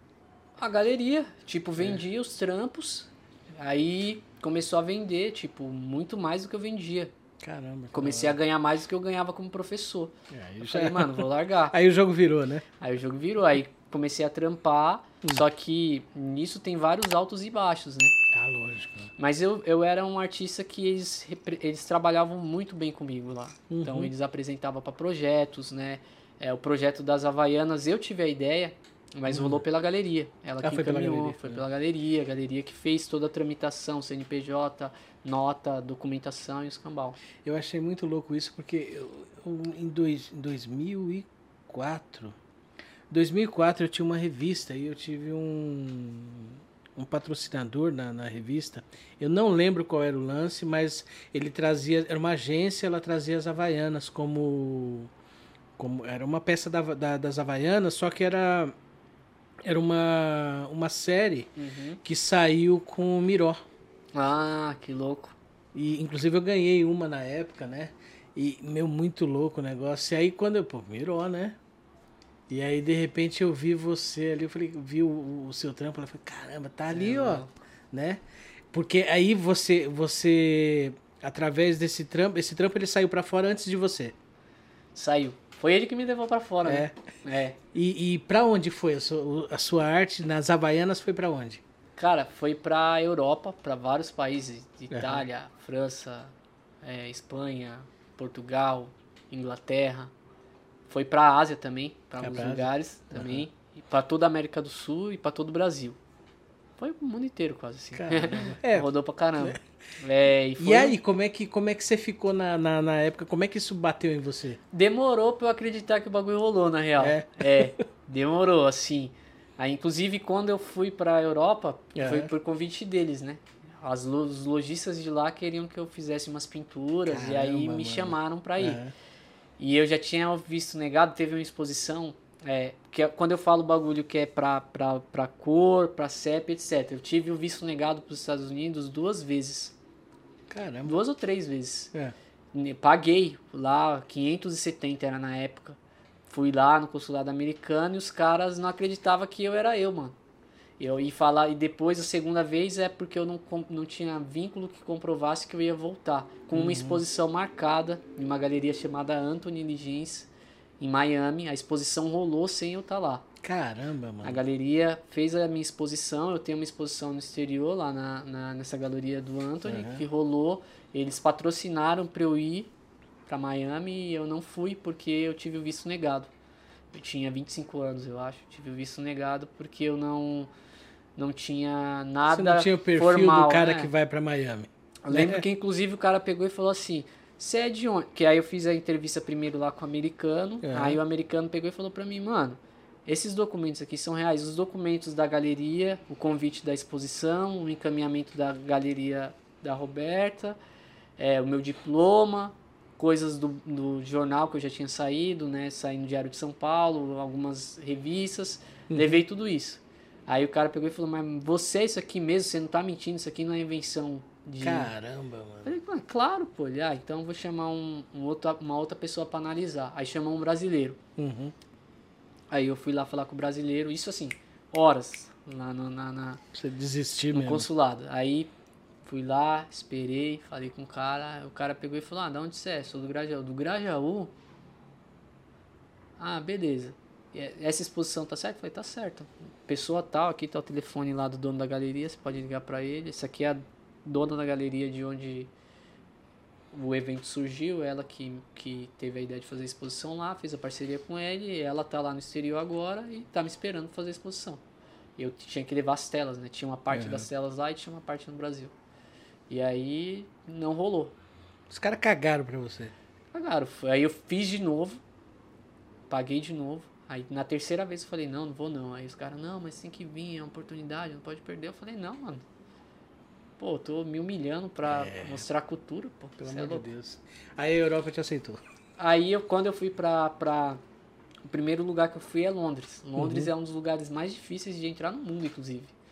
A galeria, tipo, vendia é. os trampos, aí começou a vender, tipo, muito mais do que eu vendia. Caramba. Comecei caramba. a ganhar mais do que eu ganhava como professor. É, aí eu já... falei, mano, vou largar. Aí o jogo virou, né? Aí o jogo virou, aí comecei a trampar, hum. só que nisso tem vários altos e baixos, né? Ah, lógico. Mas eu, eu era um artista que eles, eles trabalhavam muito bem comigo lá. Uhum. Então eles apresentavam para projetos, né? É, o projeto das Havaianas eu tive a ideia, mas uhum. rolou pela galeria. Ela ah, que foi encaminhou, pela galeria. foi pela galeria, a galeria que fez toda a tramitação, C N P J, nota, documentação e escambau. Eu achei muito louco isso porque eu, eu, em, dois, em dois mil e quatro, dois mil e quatro eu tinha uma revista e eu tive um, um patrocinador na, na revista. Eu não lembro qual era o lance, mas ele trazia, era uma agência, ela trazia as Havaianas como, como era uma peça da, da, das Havaianas, só que era, era uma, uma série uhum. que saiu com o Miró. Ah, que louco. E, inclusive, eu ganhei uma na época, né? E, meu, muito louco o negócio. E aí, quando eu... Pô, Miró, né? E aí, de repente, eu vi você ali. Eu falei, vi o, o seu trampo. Eu falei, caramba, tá ali, é, ó. Não. Né? Porque aí você... Você... Através desse trampo... Esse trampo, ele saiu pra fora antes de você. Saiu. Foi ele que me levou pra fora, é. né? É. E, e pra onde foi? A sua, a sua arte nas Havaianas foi pra onde? Cara, foi pra Europa, pra vários países. Itália, uhum. França, é, Espanha, Portugal, Inglaterra. Foi pra Ásia também, pra alguns lugares também. Uhum. E pra toda a América do Sul e pra todo o Brasil. Foi o mundo inteiro quase assim. É. Rodou pra caramba. É, e, foi... e aí, como é, que, como é que você ficou na, na, na época? Como é que isso bateu em você? Demorou pra eu acreditar que o bagulho rolou, na real. É, é demorou, assim... Aí, inclusive, quando eu fui pra Europa, uhum. foi por convite deles, né? As, os lojistas de lá queriam que eu fizesse umas pinturas. Caramba, e aí me mano. chamaram pra ir. Uhum. E eu já tinha visto negado, teve uma exposição... É, que quando eu falo bagulho que é pra, pra, pra cor, pra C E P, etcétera. Eu tive o visto negado pros Estados Unidos duas vezes. Caramba. Duas ou três vezes. É. Paguei lá, quinhentos e setenta era na época. Fui lá no consulado americano e os caras não acreditavam que eu era eu, mano. Eu ia falar, e depois a segunda vez é porque eu não, não tinha vínculo que comprovasse que eu ia voltar. Com uma uhum. exposição marcada em uma galeria chamada Anthony Ligens, em Miami. A exposição rolou sem eu estar lá. Caramba, mano. A galeria fez a minha exposição, eu tenho uma exposição no exterior, lá na, na, nessa galeria do Anthony, uhum. que rolou. Eles patrocinaram pra eu ir pra Miami e eu não fui porque eu tive o visto negado. Eu tinha vinte e cinco anos, eu acho. Tive o visto negado porque eu não, não tinha nada formal. Você não tinha o perfil formal, do cara né? que vai pra Miami. Eu lembro é. que, inclusive, o cara pegou e falou assim, você é de onde? Que aí eu fiz a entrevista primeiro lá com o americano, uhum. aí o americano pegou e falou pra mim, mano, esses documentos aqui são reais. Os documentos da galeria, o convite da exposição, o encaminhamento da galeria da Roberta, é, o meu diploma... coisas do, do jornal que eu já tinha saído, né? Saí no Diário de São Paulo, algumas revistas, uhum. levei tudo isso. Aí o cara pegou e falou, mas você é isso aqui mesmo? Você não tá mentindo? Isso aqui não é invenção de... Caramba, mano. Eu falei, claro, pô. Ele, ah, então eu vou chamar um, um outro, uma outra pessoa pra analisar. Aí chamou um brasileiro. Uhum. Aí eu fui lá falar com o brasileiro, isso assim, horas, lá no, na, na, você desistir no mesmo. consulado. Aí... Fui lá, esperei, falei com o cara, o cara pegou e falou, ah, de onde você é? Sou do Grajaú. Do Grajaú? Ah, beleza. Essa exposição tá certa? Eu falei, tá certo. Pessoa tal, aqui tá o telefone lá do dono da galeria, você pode ligar pra ele. Essa aqui é a dona da galeria de onde o evento surgiu, ela que, que teve a ideia de fazer a exposição lá, fez a parceria com ele, ela tá lá no exterior agora e tá me esperando fazer a exposição. Eu tinha que levar as telas, né? Tinha uma parte uhum. das telas lá e tinha uma parte no Brasil. E aí, não rolou. Os caras cagaram pra você. Cagaram. Aí eu fiz de novo. Paguei de novo. Aí na terceira vez eu falei, não, não vou não. Aí os caras, não, mas tem que vir, é uma oportunidade, não pode perder. Eu falei, não, mano. Pô, eu tô me humilhando pra é. mostrar a cultura, pô. Pelo amor é de Deus. Aí a Europa te aceitou. Aí eu, quando eu fui pra, pra... O primeiro lugar que eu fui é Londres. Londres uhum. é um dos lugares mais difíceis de entrar no mundo, inclusive.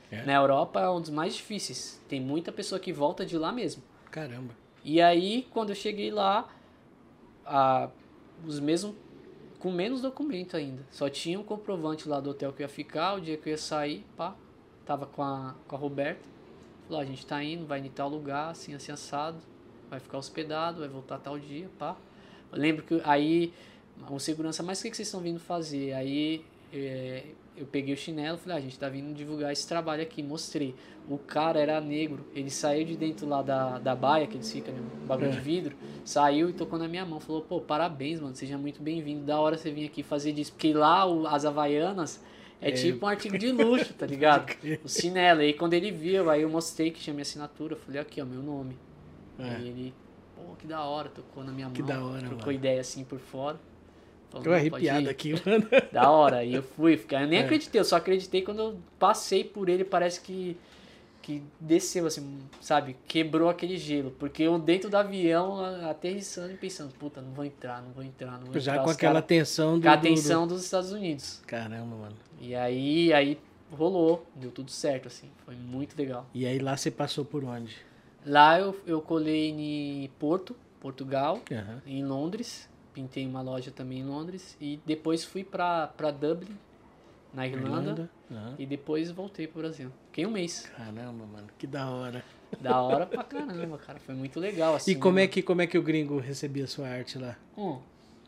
É. Na Europa é um dos mais difíceis. Tem muita pessoa que volta de lá mesmo. Caramba. E aí, quando eu cheguei lá, a, os mesmos, com menos documento ainda. Só tinha um comprovante lá do hotel que eu ia ficar, o dia que eu ia sair, pá. Tava com a, com a Roberta. Falou, a gente tá indo, vai em tal lugar, assim, assim, assado. Vai ficar hospedado, vai voltar tal dia, pá. Eu lembro que aí, o segurança, mas o que, que vocês estão vindo fazer? Aí, é, eu peguei o chinelo e falei, ah, a gente tá vindo divulgar esse trabalho aqui, mostrei. O cara era negro, ele saiu de dentro lá da, da baia, que eles ficam no bagulho de vidro, saiu e tocou na minha mão, falou, pô, parabéns, mano, seja muito bem-vindo, da hora você vir aqui fazer disso, porque lá o, as Havaianas é, é tipo um artigo de luxo, tá ligado? O chinelo, aí quando ele viu, aí eu mostrei que tinha minha assinatura, eu falei, aqui, ó, meu nome. É. Aí ele, pô, que da hora, tocou na minha mão, que da hora, trocou mano. Ideia assim por fora. Tô arrepiado aqui, mano. Da hora, e eu fui, eu nem é. acreditei, eu só acreditei quando eu passei por ele, parece que, que desceu, assim, sabe, quebrou aquele gelo, porque eu dentro do avião, aterrissando e pensando, puta, não vou entrar, não vou entrar, não vou Já entrar. com aquela cara, tensão do... Com a tensão do... dos Estados Unidos. Caramba, mano. E aí, aí rolou, deu tudo certo, assim, foi muito legal. E aí lá você passou por onde? Lá eu, eu colei em Porto, Portugal, uhum. em Londres. Pintei uma loja também em Londres. E depois fui pra, pra Dublin, na Irlanda. Irlanda. Uhum. E depois voltei pro Brasil. Fiquei um mês. Caramba, mano. Que da hora. Da hora pra caramba, cara. Foi muito legal, assim. E como, né? é que, como é que o gringo recebia a sua arte lá? Hum.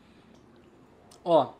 Ó,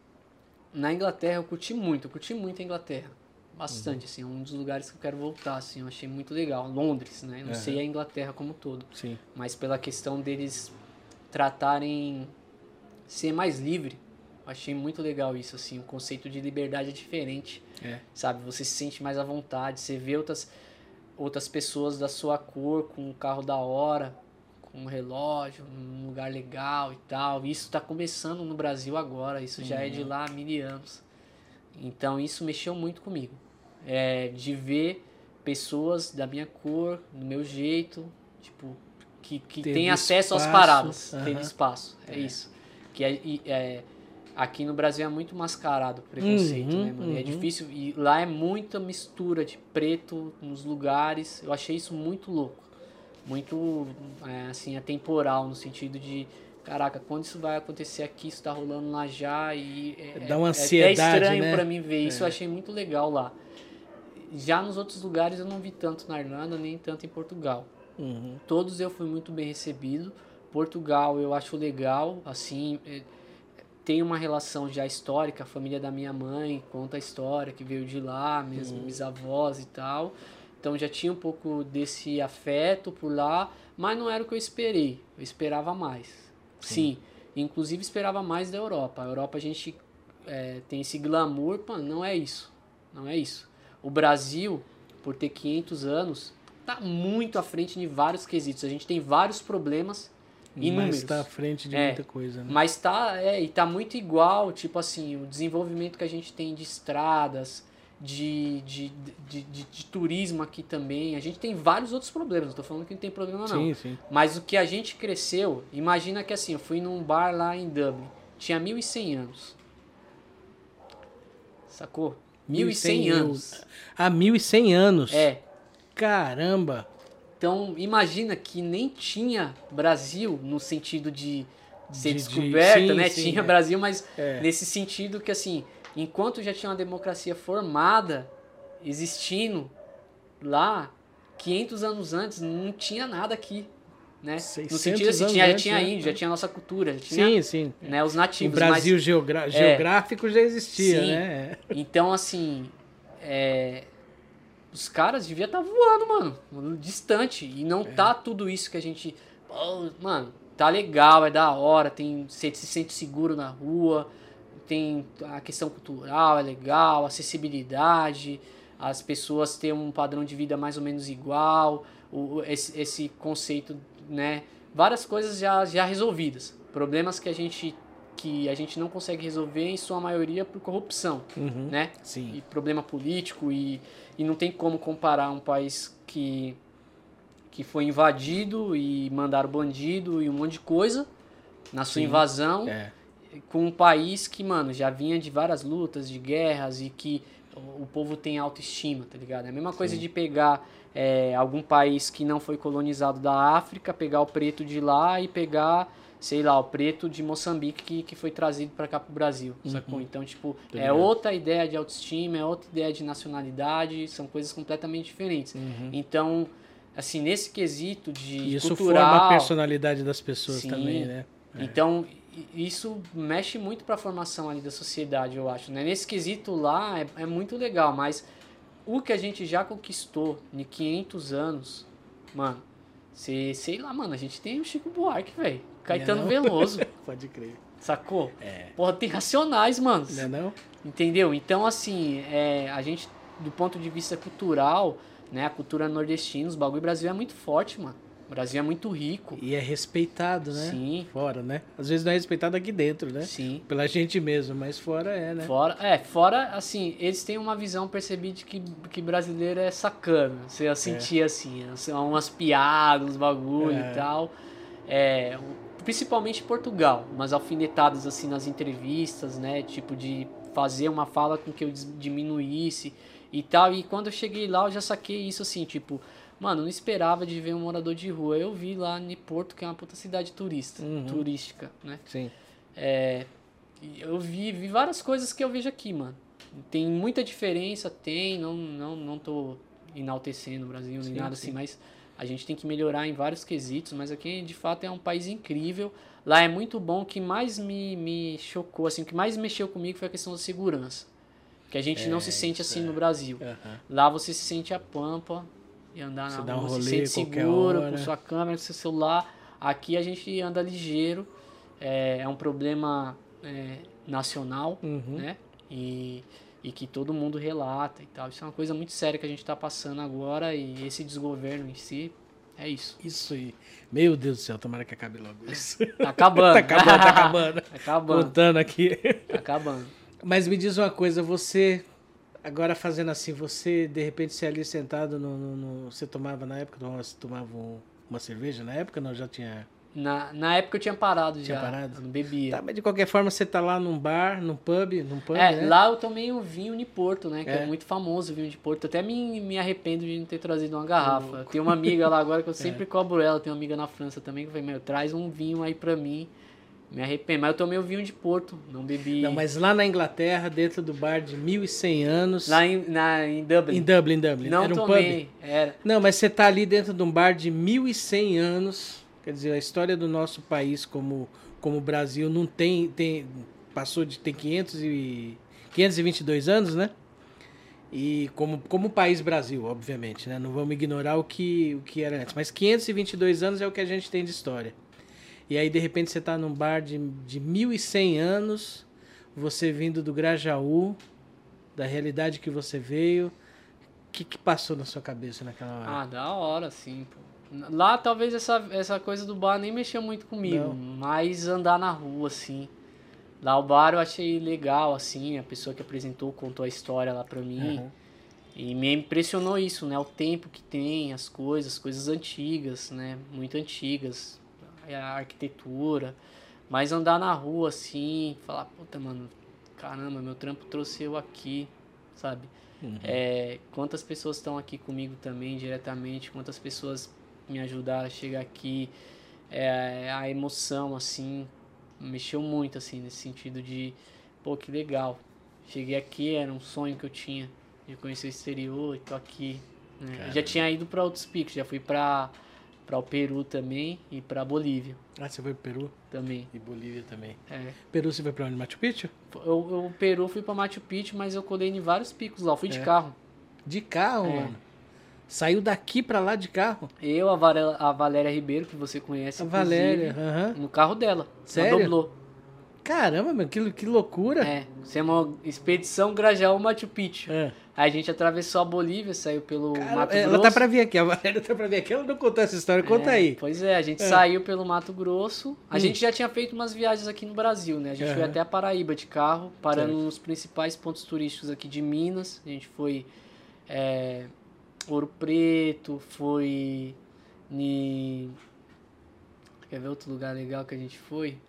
na Inglaterra eu curti muito. Eu curti muito a Inglaterra. Bastante, uhum. assim. É um dos lugares que eu quero voltar, assim. Eu achei muito legal. Londres, né? Não uhum. sei a Inglaterra como um todo. Sim. Mas pela questão deles tratarem... ser mais livre, achei muito legal isso, assim, o conceito de liberdade é diferente, é. sabe, você se sente mais à vontade, você vê outras, outras pessoas da sua cor, com um carro da hora, com um relógio, num lugar legal e tal, isso tá começando no Brasil agora, isso já uhum. é de lá há mil anos, então isso mexeu muito comigo, é, de ver pessoas da minha cor, do meu jeito, tipo, que, que tem acesso espaço, às paradas, uhum. tem espaço, é, é isso. Que é, é, aqui no Brasil é muito mascarado o preconceito, uhum, né, mano? Uhum. É difícil. E lá é muita mistura de preto nos lugares. Eu achei isso muito louco. Muito, é, assim, atemporal, no sentido de... Caraca, quando isso vai acontecer aqui, isso tá rolando lá já e... É, Dá uma ansiedade, é, é estranho né? pra mim ver isso. É. Eu achei muito legal lá. Já nos outros lugares eu não vi tanto na Irlanda, nem tanto em Portugal. Uhum. Todos eu fui muito bem recebido. Portugal eu acho legal, assim, tem uma relação já histórica, a família da minha mãe conta a história, que veio de lá, mesmo, uhum. bisavós e tal, então já tinha um pouco desse afeto por lá, mas não era o que eu esperei, eu esperava mais, sim, sim inclusive esperava mais da Europa, a Europa a gente é, tem esse glamour, mano, não é isso, não é isso, o Brasil, por ter quinhentos anos, tá muito à frente de vários quesitos, a gente tem vários problemas inúmeros. Mas tá à frente de é, muita coisa, né? Mas tá, é, e tá muito igual, tipo assim, o desenvolvimento que a gente tem de estradas, de, de, de, de, de turismo aqui também. A gente tem vários outros problemas, não tô falando que não tem problema não. Sim, sim. Mas o que a gente cresceu, imagina que assim, eu fui num bar lá em Dublin, tinha mil e cem anos. Sacou? mil e cem anos. Ah, mil e cem anos? É. Caramba! Então, imagina que nem tinha Brasil no sentido de ser de, descoberta, de, sim, né? sim, tinha é. Brasil, mas é. nesse sentido que, assim, enquanto já tinha uma democracia formada, existindo lá, quinhentos anos antes, não tinha nada aqui, né? No sentido assim, tinha, já tinha índio, né? Já tinha a nossa cultura, já tinha sim, sim. Né, os nativos. O Brasil mas, geogra- é, geográfico já existia, sim. né? Então, assim, é... os caras deviam estar voando, mano, distante. E não é. tá tudo isso que a gente... Oh, mano, tá legal, é da hora, tem, você se sente seguro na rua, tem a questão cultural, é legal, acessibilidade, as pessoas têm um padrão de vida mais ou menos igual, o, esse, esse conceito, né? Várias coisas já, já resolvidas. Problemas que a gente... que a gente não consegue resolver, em sua maioria, por corrupção, uhum, né? Sim. E problema político, e, e não tem como comparar um país que, que foi invadido e mandaram bandido e um monte de coisa na sua sim. invasão, é. com um país que, mano, já vinha de várias lutas, de guerras, e que o, o povo tem autoestima, tá ligado? É a mesma coisa Sim. de pegar é, algum país que não foi colonizado da África, pegar o preto de lá e pegar, sei lá, o preto de Moçambique que, que foi trazido para cá pro Brasil, uhum. sacou? Então, tipo, tá é ligado. Outra ideia de autoestima, é outra ideia de nacionalidade, são coisas completamente diferentes. Uhum. Então, assim, nesse quesito de Isso cultural... forma a personalidade das pessoas Sim. também, né? É. Então, isso mexe muito para a formação ali da sociedade, eu acho, né? Nesse quesito lá é, é muito legal, mas o que a gente já conquistou em quinhentos anos, mano, cê, sei lá, mano, a gente tem o Chico Buarque, velho, Caetano não? Veloso. Pode crer. Sacou? É. Porra, tem Racionais, mano. Não é não? Entendeu? Então, assim, é, a gente, do ponto de vista cultural, né, a cultura nordestina, os bagulho, o Brasil é muito forte, mano. O Brasil é muito rico. E é respeitado, né? Sim. Fora, né? Às vezes não é respeitado aqui dentro, né? Sim. Pela gente mesmo, mas fora é, né? Fora, é, fora, assim, eles têm uma visão percebida de que, que brasileiro é sacana. Você sentia é. assim, são umas piadas, uns bagulho é. e tal. É, principalmente em Portugal, umas alfinetadas assim nas entrevistas, né? Tipo de fazer uma fala com que eu diminuísse e tal. E quando eu cheguei lá, eu já saquei isso assim, tipo... Mano, não esperava de ver um morador de rua. Eu vi lá em Porto, que é uma puta cidade turista, uhum. turística, né? Sim. É, eu vi, vi várias coisas que eu vejo aqui, mano. Tem muita diferença, tem, não, não, não tô enaltecendo o Brasil nem sim, nada sim. assim, mas a gente tem que melhorar em vários quesitos, mas aqui de fato é um país incrível. Lá é muito bom. O que mais me, me chocou, assim, o que mais mexeu comigo foi a questão da segurança. Que a gente é, não se sente assim é. no Brasil. Uhum. Lá você se sente a pampa, e andar você na dá rua, um rolê, se sente seguro, hora. com sua câmera, com seu celular. Aqui a gente anda ligeiro, é, é um problema é, nacional, uhum. né? E, e que todo mundo relata e tal. Isso é uma coisa muito séria que a gente está passando agora e esse desgoverno em si, é isso. Isso aí. Meu Deus do céu, tomara que acabe logo isso. Tá acabando. tá acabando, tá acabando. Tá acabando. Contando aqui. Tá acabando. Mas me diz uma coisa, você... Agora fazendo assim, você de repente se ali sentado no, no, no você tomava na época, você tomava um, uma cerveja na época, não já tinha? Na, na época eu tinha parado tinha já, parado? eu não bebia. Tá, mas de qualquer forma você tá lá num bar, num pub, num pub, É, né? lá eu tomei o vinho de Porto, né, que é, é muito famoso o vinho de Porto. Até me, me arrependo de não ter trazido uma garrafa. Tem uma amiga lá agora que eu sempre é. cobro ela, tem uma amiga na França também que eu falei, meu, traz um vinho aí pra mim. Me arrependo, mas eu tomei o vinho de Porto, não bebi... Não, mas lá na Inglaterra, dentro do bar de mil e cem anos... Lá em, na, em Dublin. Em Dublin, em Dublin. Não era um tomei, pub? era. Não, mas você tá ali dentro de um bar de mil e cem anos, quer dizer, a história do nosso país como, como Brasil não tem... tem passou de... tem quinhentos e, quinhentos e vinte e dois anos, né? E como, como país Brasil, obviamente, né? Não vamos ignorar o que, o que era antes. Mas quinhentos e vinte e dois anos é o que a gente tem de história. E aí, de repente, você tá num bar de, de mil e cem anos, você vindo do Grajaú, da realidade que você veio. O que, que passou na sua cabeça naquela hora? Ah, da hora, sim, pô. Lá, talvez, essa, essa coisa do bar nem mexeu muito comigo, não. Mas andar na rua, assim. Lá o bar eu achei legal, assim, a pessoa que apresentou contou a história lá pra mim. Uhum. E me impressionou isso, né? O tempo que tem, as coisas, coisas antigas, né? Muito antigas. A arquitetura, mas andar na rua assim, falar, puta, mano, caramba, meu trampo trouxe eu aqui, sabe? Uhum. É, quantas pessoas estão aqui comigo também, diretamente, quantas pessoas me ajudaram a chegar aqui, é, a emoção, assim, mexeu muito, assim, nesse sentido de, pô, que legal, cheguei aqui, era um sonho que eu tinha, de conhecer o exterior, e tô aqui, né? Eu já tinha ido para outros picos, já fui para para o Peru também e para Bolívia. Ah, você foi pro Peru? Também. E Bolívia também. É. Peru você foi para onde? Machu Picchu? Eu, eu, o Peru fui para Machu Picchu, mas eu colei em vários picos lá. Eu fui é. de carro. De carro, é. mano? Saiu daqui para lá de carro? Eu, a, Varela, a Valéria Ribeiro, que você conhece, a Valéria, aham. No carro dela. Sério? Doblou. Caramba, meu, que, que loucura. É, isso é uma expedição Grajaú Machu Picchu. É. Aí a gente atravessou a Bolívia, saiu pelo Cara, Mato ela Grosso. Ela tá pra vir aqui, a Valéria tá pra vir aqui, ela não contou essa história, conta é, aí. Pois é, a gente é. saiu pelo Mato Grosso. A hum. gente já tinha feito umas viagens aqui no Brasil, né? A gente uhum. foi até a Paraíba de carro, parando certo. nos principais pontos turísticos aqui de Minas. A gente foi é, Ouro Preto, foi... Ni... Quer ver outro lugar legal que a gente foi?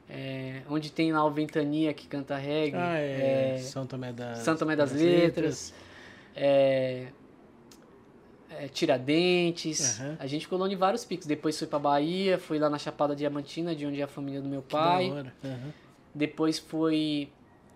É, onde tem lá o Ventania que canta reggae. Ah, é. é São Tomé das, São Tomé das, das Letras. letras. É, é, Tiradentes. Uhum. A gente colou em vários picos. Depois fui pra Bahia, fui lá na Chapada Diamantina, de onde é a família do meu pai. Que da hora. Uhum. Depois foi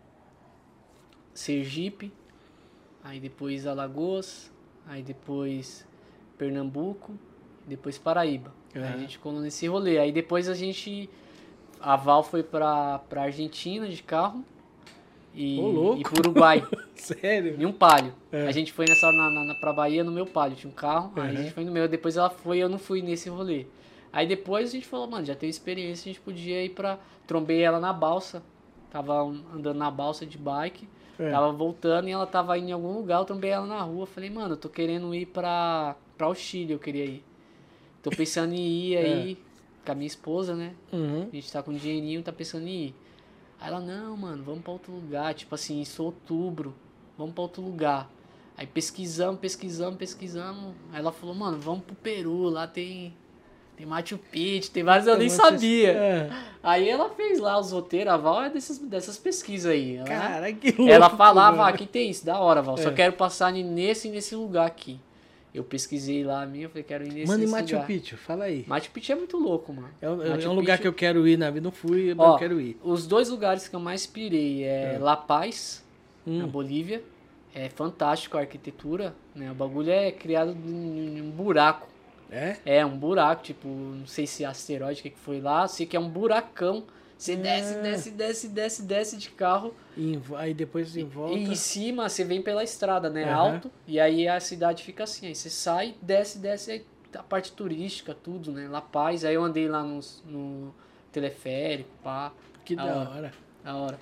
Sergipe. Aí depois Alagoas. Aí depois Pernambuco. Depois Paraíba. Uhum. Aí a gente colou nesse rolê. Aí depois a gente... A Val foi pra, pra Argentina de carro e, Ô, louco. e pro Uruguai. Sério? Em um Palio. É. A gente foi nessa na, na, na, pra Bahia no meu Palio. Tinha um carro, uhum. aí a gente foi no meu. Depois ela foi e eu não fui nesse rolê. Aí depois a gente falou, mano, já teve experiência, a gente podia ir pra... Trombei ela na balsa. Tava andando na balsa de bike. É. Tava voltando e ela tava indo em algum lugar. Eu trombei ela na rua. Falei, mano, eu tô querendo ir pra, pra o Chile, eu queria ir. Tô pensando em ir aí... É. Com a minha esposa, né? Uhum. A gente tá com um dinheirinho, tá pensando em ir. Aí ela, não, mano, vamos pra outro lugar. Tipo assim, isso é outubro. Vamos pra outro lugar. Aí pesquisamos, pesquisamos, pesquisamos. Aí ela falou, mano, vamos pro Peru. Lá tem, tem Machu Picchu, tem vários, eu nem sabia. É. Aí ela fez lá os roteiros. A Val é dessas, dessas pesquisas aí. Ela, cara, que louco. Ela falava, ah, aqui tem isso, da hora, Val. É. Só quero passar nesse e nesse lugar aqui. Eu pesquisei lá a minha, eu falei, quero ir nesse, mano, nesse e Machu lugar. Picchu, fala aí. Machu Picchu é muito louco, mano. É um, Machu é um lugar Picchu... que eu quero ir na vida, não fui, mas Ó, eu quero ir. Os dois lugares que eu mais pirei é, é. La Paz, hum. na Bolívia. É fantástico a arquitetura, né? O bagulho é criado em um buraco. É? É, um buraco, tipo, não sei se é asteroide, o que foi lá, sei que é um buracão. Você é. desce, desce, desce, desce, desce de carro. E aí depois em volta. E em cima você vem pela estrada, né? Uhum. Alto. E aí a cidade fica assim. Aí você sai, desce, desce, aí a parte turística, tudo, né? La Paz. Aí eu andei lá no, no teleférico, pá. Que da hora. hora. Da hora.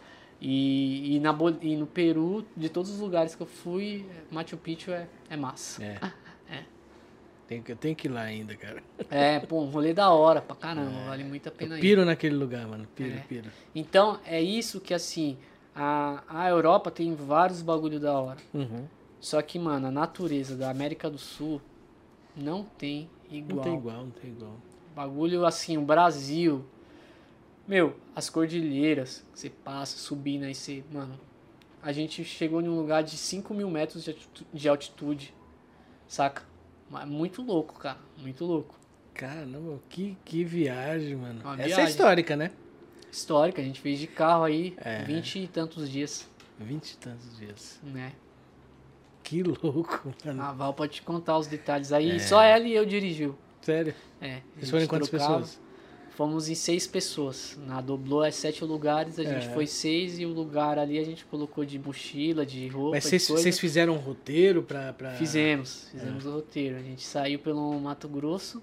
E, e, na, e no Peru, de todos os lugares que eu fui, Machu Picchu é, é massa. É. é. Tem que, eu tenho que ir lá ainda, cara. É, pô, um rolê da hora pra caramba. É. Vale muito a pena ir. Piro naquele lugar, mano. Piro, é. piro. Então, é isso que, assim, a, a Europa tem vários bagulho da hora. Uhum. Só que, mano, a natureza da América do Sul não tem igual. Não tem igual, não tem igual. Bagulho, assim, o Brasil... Meu, as cordilheiras, você passa, subindo, aí você... Mano, a gente chegou em um lugar de cinco mil metros de altitude, saca? Muito louco, cara. Muito louco. Caramba, que, que viagem, mano. Uma Essa viagem. é histórica, né? Histórica. A gente fez de carro aí é. vinte e tantos dias. Vinte e tantos dias. Né? Que louco, mano. A Val pode te contar os detalhes aí. É. Só ela e eu dirigiu. Sério? É. Vocês foram em quantas trocava. pessoas? Fomos em seis pessoas. Na Doblô é sete lugares, a gente é. foi seis e o lugar ali a gente colocou de mochila, de roupa. Mas vocês fizeram um roteiro pra. pra... Fizemos, fizemos é. o roteiro. A gente saiu pelo Mato Grosso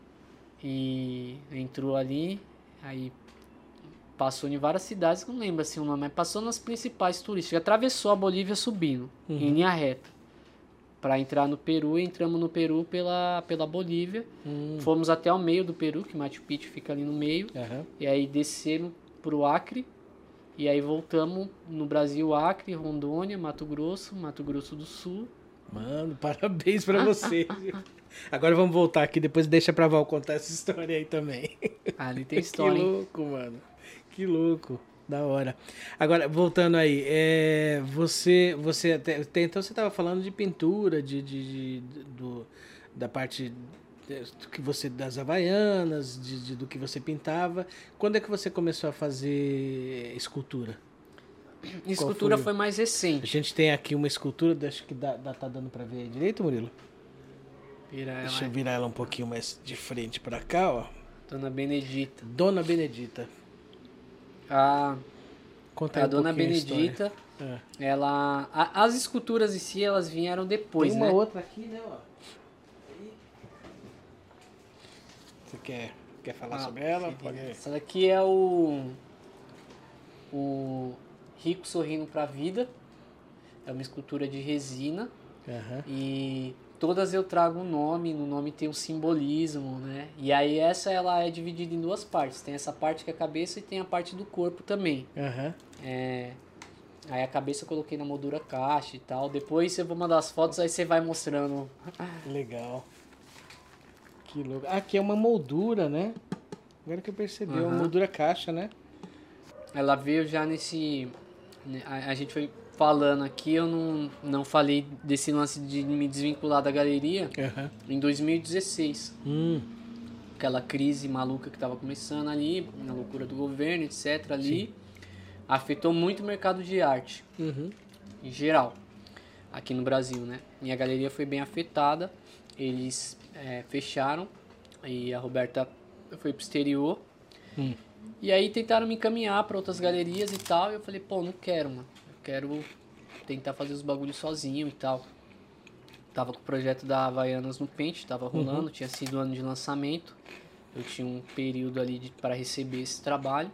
e entrou ali, aí passou em várias cidades, não lembro assim o nome, mas passou nas principais turísticas. Atravessou a Bolívia subindo, uhum. em linha reta. Para entrar no Peru, entramos no Peru pela, pela Bolívia. Hum. Fomos até o meio do Peru, que Machu Picchu fica ali no meio. Uhum. E aí descemos pro Acre. E aí voltamos no Brasil, Acre, Rondônia, Mato Grosso, Mato Grosso do Sul. Mano, parabéns para vocês. Agora vamos voltar aqui, depois deixa pra Val contar essa história aí também. Ali tem história. Que louco, mano. Que louco. Da hora. Agora, voltando aí, é, você, você até, até então você estava falando de pintura, de, de, de do, da parte do que você das Havaianas, de, de, do que você pintava. Quando é que você começou a fazer escultura? Escultura foi, foi mais recente. A gente tem aqui uma escultura, acho que dá, dá, tá dando para ver aí direito, Murilo? Vira ela. Deixa eu virar ela um pouquinho mais de frente para cá, ó. Dona Benedita. Dona Benedita. A, Conta a um Dona Benedita, é. ela... A, as esculturas em si, elas vieram depois, Tem uma né? outra aqui, né, ó. Você quer, quer falar ah, sobre ela? Pode... Essa daqui é o... O Rico Sorrindo pra Vida. É uma escultura de resina. Uhum. E... Todas eu trago um nome, no nome tem um simbolismo, né? E aí essa ela é dividida em duas partes. Tem essa parte que é a cabeça e tem a parte do corpo também. Uhum. É, aí a cabeça eu coloquei na moldura caixa e tal. Depois eu vou mandar as fotos, aí você vai mostrando. Legal. Que louco. Aqui é uma moldura, né? Agora que eu percebi, uhum. É uma moldura caixa, né? ela veio já nesse... A, a gente foi falando aqui, eu não, não falei desse lance de me desvincular da galeria uhum. em dois mil e dezesseis. Hum. Aquela crise maluca que estava começando ali, na loucura do governo, etcétera. Ali, sim, afetou muito o mercado de arte, uhum, em geral, aqui no Brasil, né? Minha galeria foi bem afetada, eles é, fecharam e a Roberta foi pro exterior. Hum. E aí tentaram me encaminhar para outras galerias e tal, e eu falei, pô, não quero, mano. Eu quero tentar fazer os bagulhos sozinho e tal. Tava com o projeto da Havaianas no pente, tava rolando, uhum, tinha sido ano de lançamento. Eu tinha um período ali para receber esse trabalho.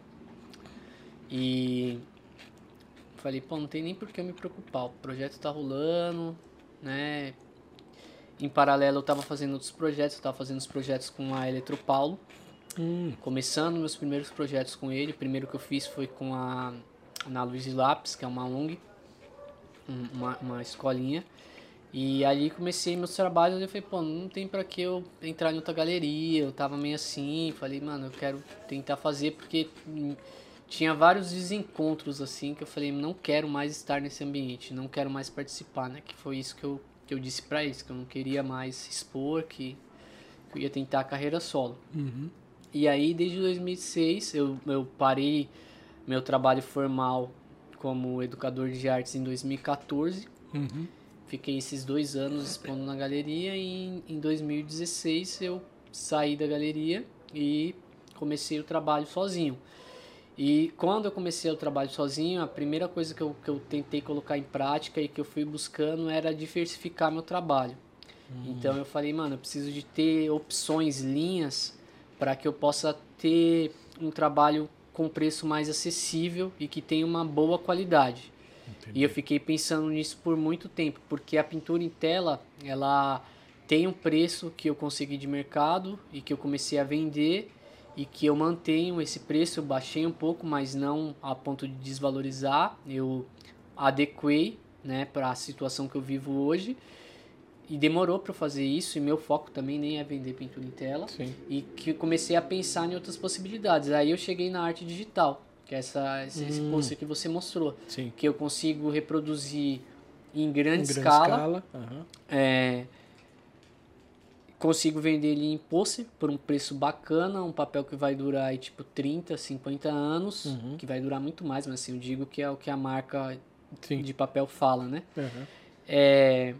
E falei, pô, não tem nem por que eu me preocupar. O projeto tá rolando, né? Em paralelo eu tava fazendo outros projetos, eu tava fazendo os projetos com a Eletropaulo. Hum. Começando meus primeiros projetos com ele. O primeiro que eu fiz foi com a na Luiz Lápis, que é uma O N G, uma, uma escolinha. E ali comecei meus trabalhos e eu falei, pô, não tem pra que eu entrar em outra galeria. Eu tava meio assim, falei, mano, eu quero tentar fazer, porque tinha vários desencontros assim, que eu falei, não quero mais estar nesse ambiente, não quero mais participar, né? Que foi isso que eu, que eu disse pra eles, que eu não queria mais expor, que, que eu ia tentar a carreira solo. Uhum. E aí, desde dois mil e seis, eu, eu parei meu trabalho formal como educador de artes em dois mil e quatorze. Uhum. Fiquei esses dois anos expondo na galeria e em, em dois mil e dezesseis eu saí da galeria e comecei o trabalho sozinho. E quando eu comecei o trabalho sozinho, a primeira coisa que eu, que eu tentei colocar em prática e que eu fui buscando era diversificar meu trabalho. Uhum. Então eu falei, mano, eu preciso de ter opções, linhas, para que eu possa ter um trabalho com preço mais acessível e que tenha uma boa qualidade. Entendi. E eu fiquei pensando nisso por muito tempo, porque a pintura em tela, ela tem um preço que eu consegui de mercado e que eu comecei a vender e que eu mantenho esse preço. Eu baixei um pouco, mas não a ponto de desvalorizar. Eu adequei, né, para a situação que eu vivo hoje. E demorou para eu fazer isso, e meu foco também nem é vender pintura em tela. Sim. E que comecei a pensar em outras possibilidades. Aí eu cheguei na arte digital, que é essa, esse, hum. esse pôster que você mostrou. Sim. Que eu consigo reproduzir em grande, em grande escala. escala. Uhum. É, consigo vender ele em pôster por um preço bacana, um papel que vai durar aí, tipo trinta, cinquenta anos, uhum. que vai durar muito mais, mas assim, eu digo que é o que a marca Sim. de papel fala, né? Uhum. É...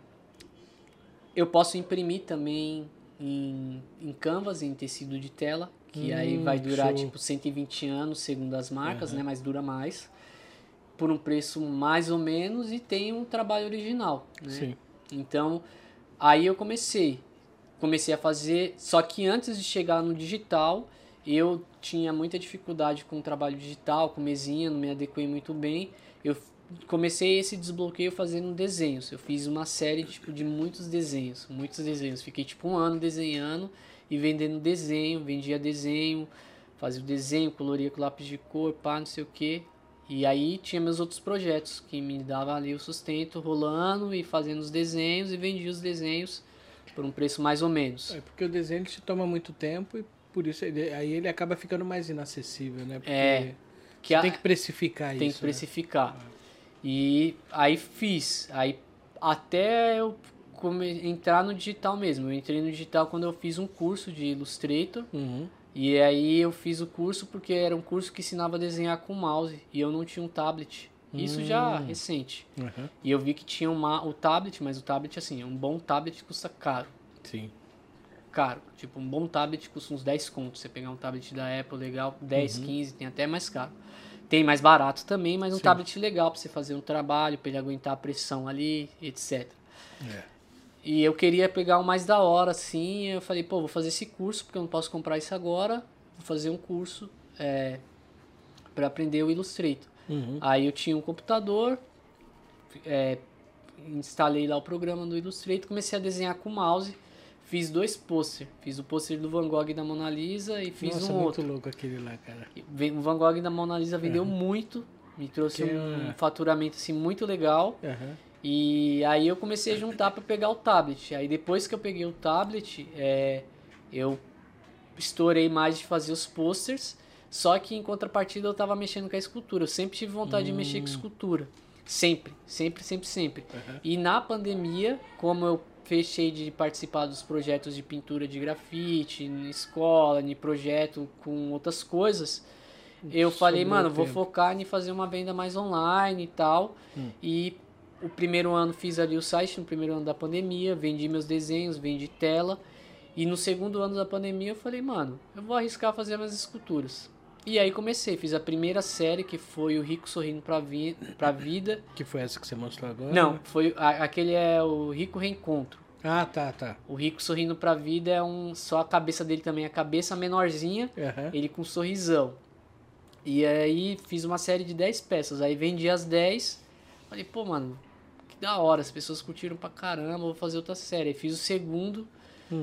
Eu posso imprimir também em, em canvas, em tecido de tela, que hum, aí vai durar show. tipo cento e vinte anos, segundo as marcas, uhum. né? Mas dura mais. Por um preço mais ou menos e tem um trabalho original, né? Sim. Então, aí eu comecei. Comecei a fazer, só que antes de chegar no digital, eu tinha muita dificuldade com o trabalho digital, com mesinha, não me adequei muito bem. Eu comecei esse desbloqueio fazendo desenhos. Eu fiz uma série tipo, de muitos desenhos, muitos desenhos. Fiquei tipo um ano desenhando e vendendo desenho, vendia desenho, fazia o desenho, coloria com lápis de cor, pá, não sei o que. E aí tinha meus outros projetos que me davam ali o sustento, rolando e fazendo os desenhos e vendia os desenhos por um preço mais ou menos. É porque o desenho te toma muito tempo e por isso ele, aí ele acaba ficando mais inacessível, né? Porque é, que você a, tem que precificar tem isso. Tem que precificar. Né? E aí fiz, aí até eu come, entrar no digital mesmo. Eu entrei no digital quando eu fiz um curso de Illustrator. Uhum. E aí eu fiz o curso porque era um curso que ensinava a desenhar com mouse e eu não tinha um tablet. Isso hum. já recente. Uhum. E eu vi que tinha uma, o tablet, mas o tablet assim, um bom tablet custa caro. Sim. Caro. Tipo, um bom tablet custa uns dez contos. Você pegar um tablet da Apple legal, dez, uhum. quinze, tem até mais caro. Tem mais barato também, mas um Sim. tablet legal para você fazer um trabalho, para ele aguentar a pressão ali, etcétera. É. E eu queria pegar o mais da hora, assim, eu falei, pô, vou fazer esse curso, porque eu não posso comprar isso agora, vou fazer um curso é, para aprender o Illustrator. Uhum. Aí eu tinha um computador, é, instalei lá o programa do Illustrator, comecei a desenhar com o mouse. Fiz dois pôster. Fiz o pôster do Van Gogh da Mona Lisa e fiz Nossa, um muito outro. Louco aquele lá, cara. O Van Gogh da Mona Lisa vendeu uhum. muito. Me trouxe que um é... faturamento assim, muito legal. Uhum. E aí eu comecei a juntar para pegar o tablet. Aí depois que eu peguei o tablet, é, eu estourei mais de fazer os posters. Só que em contrapartida eu tava mexendo com a escultura. Eu sempre tive vontade hum. de mexer com escultura. Sempre, sempre, sempre, sempre. Uhum. E na pandemia, como eu fechei de participar dos projetos de pintura de grafite, na escola, em projeto com outras coisas, eu Sobre falei, mano, vou focar em fazer uma venda mais online e tal. Hum. E o primeiro ano fiz ali o site, no primeiro ano da pandemia, vendi meus desenhos, vendi tela. E no segundo ano da pandemia eu falei, mano, eu vou arriscar fazer minhas esculturas. E aí comecei, fiz a primeira série, que foi o Rico Sorrindo pra, vi pra Vida. Que foi essa que você mostrou agora? Não, foi, a, aquele é o Rico Reencontro. Ah, tá, tá. O Rico Sorrindo pra Vida é um, só a cabeça dele também, a cabeça menorzinha, uhum. ele com um sorrisão. E aí fiz uma série de dez peças, aí vendi as dez, falei, pô, mano, que da hora, as pessoas curtiram pra caramba, vou fazer outra série. Aí fiz o segundo, hum.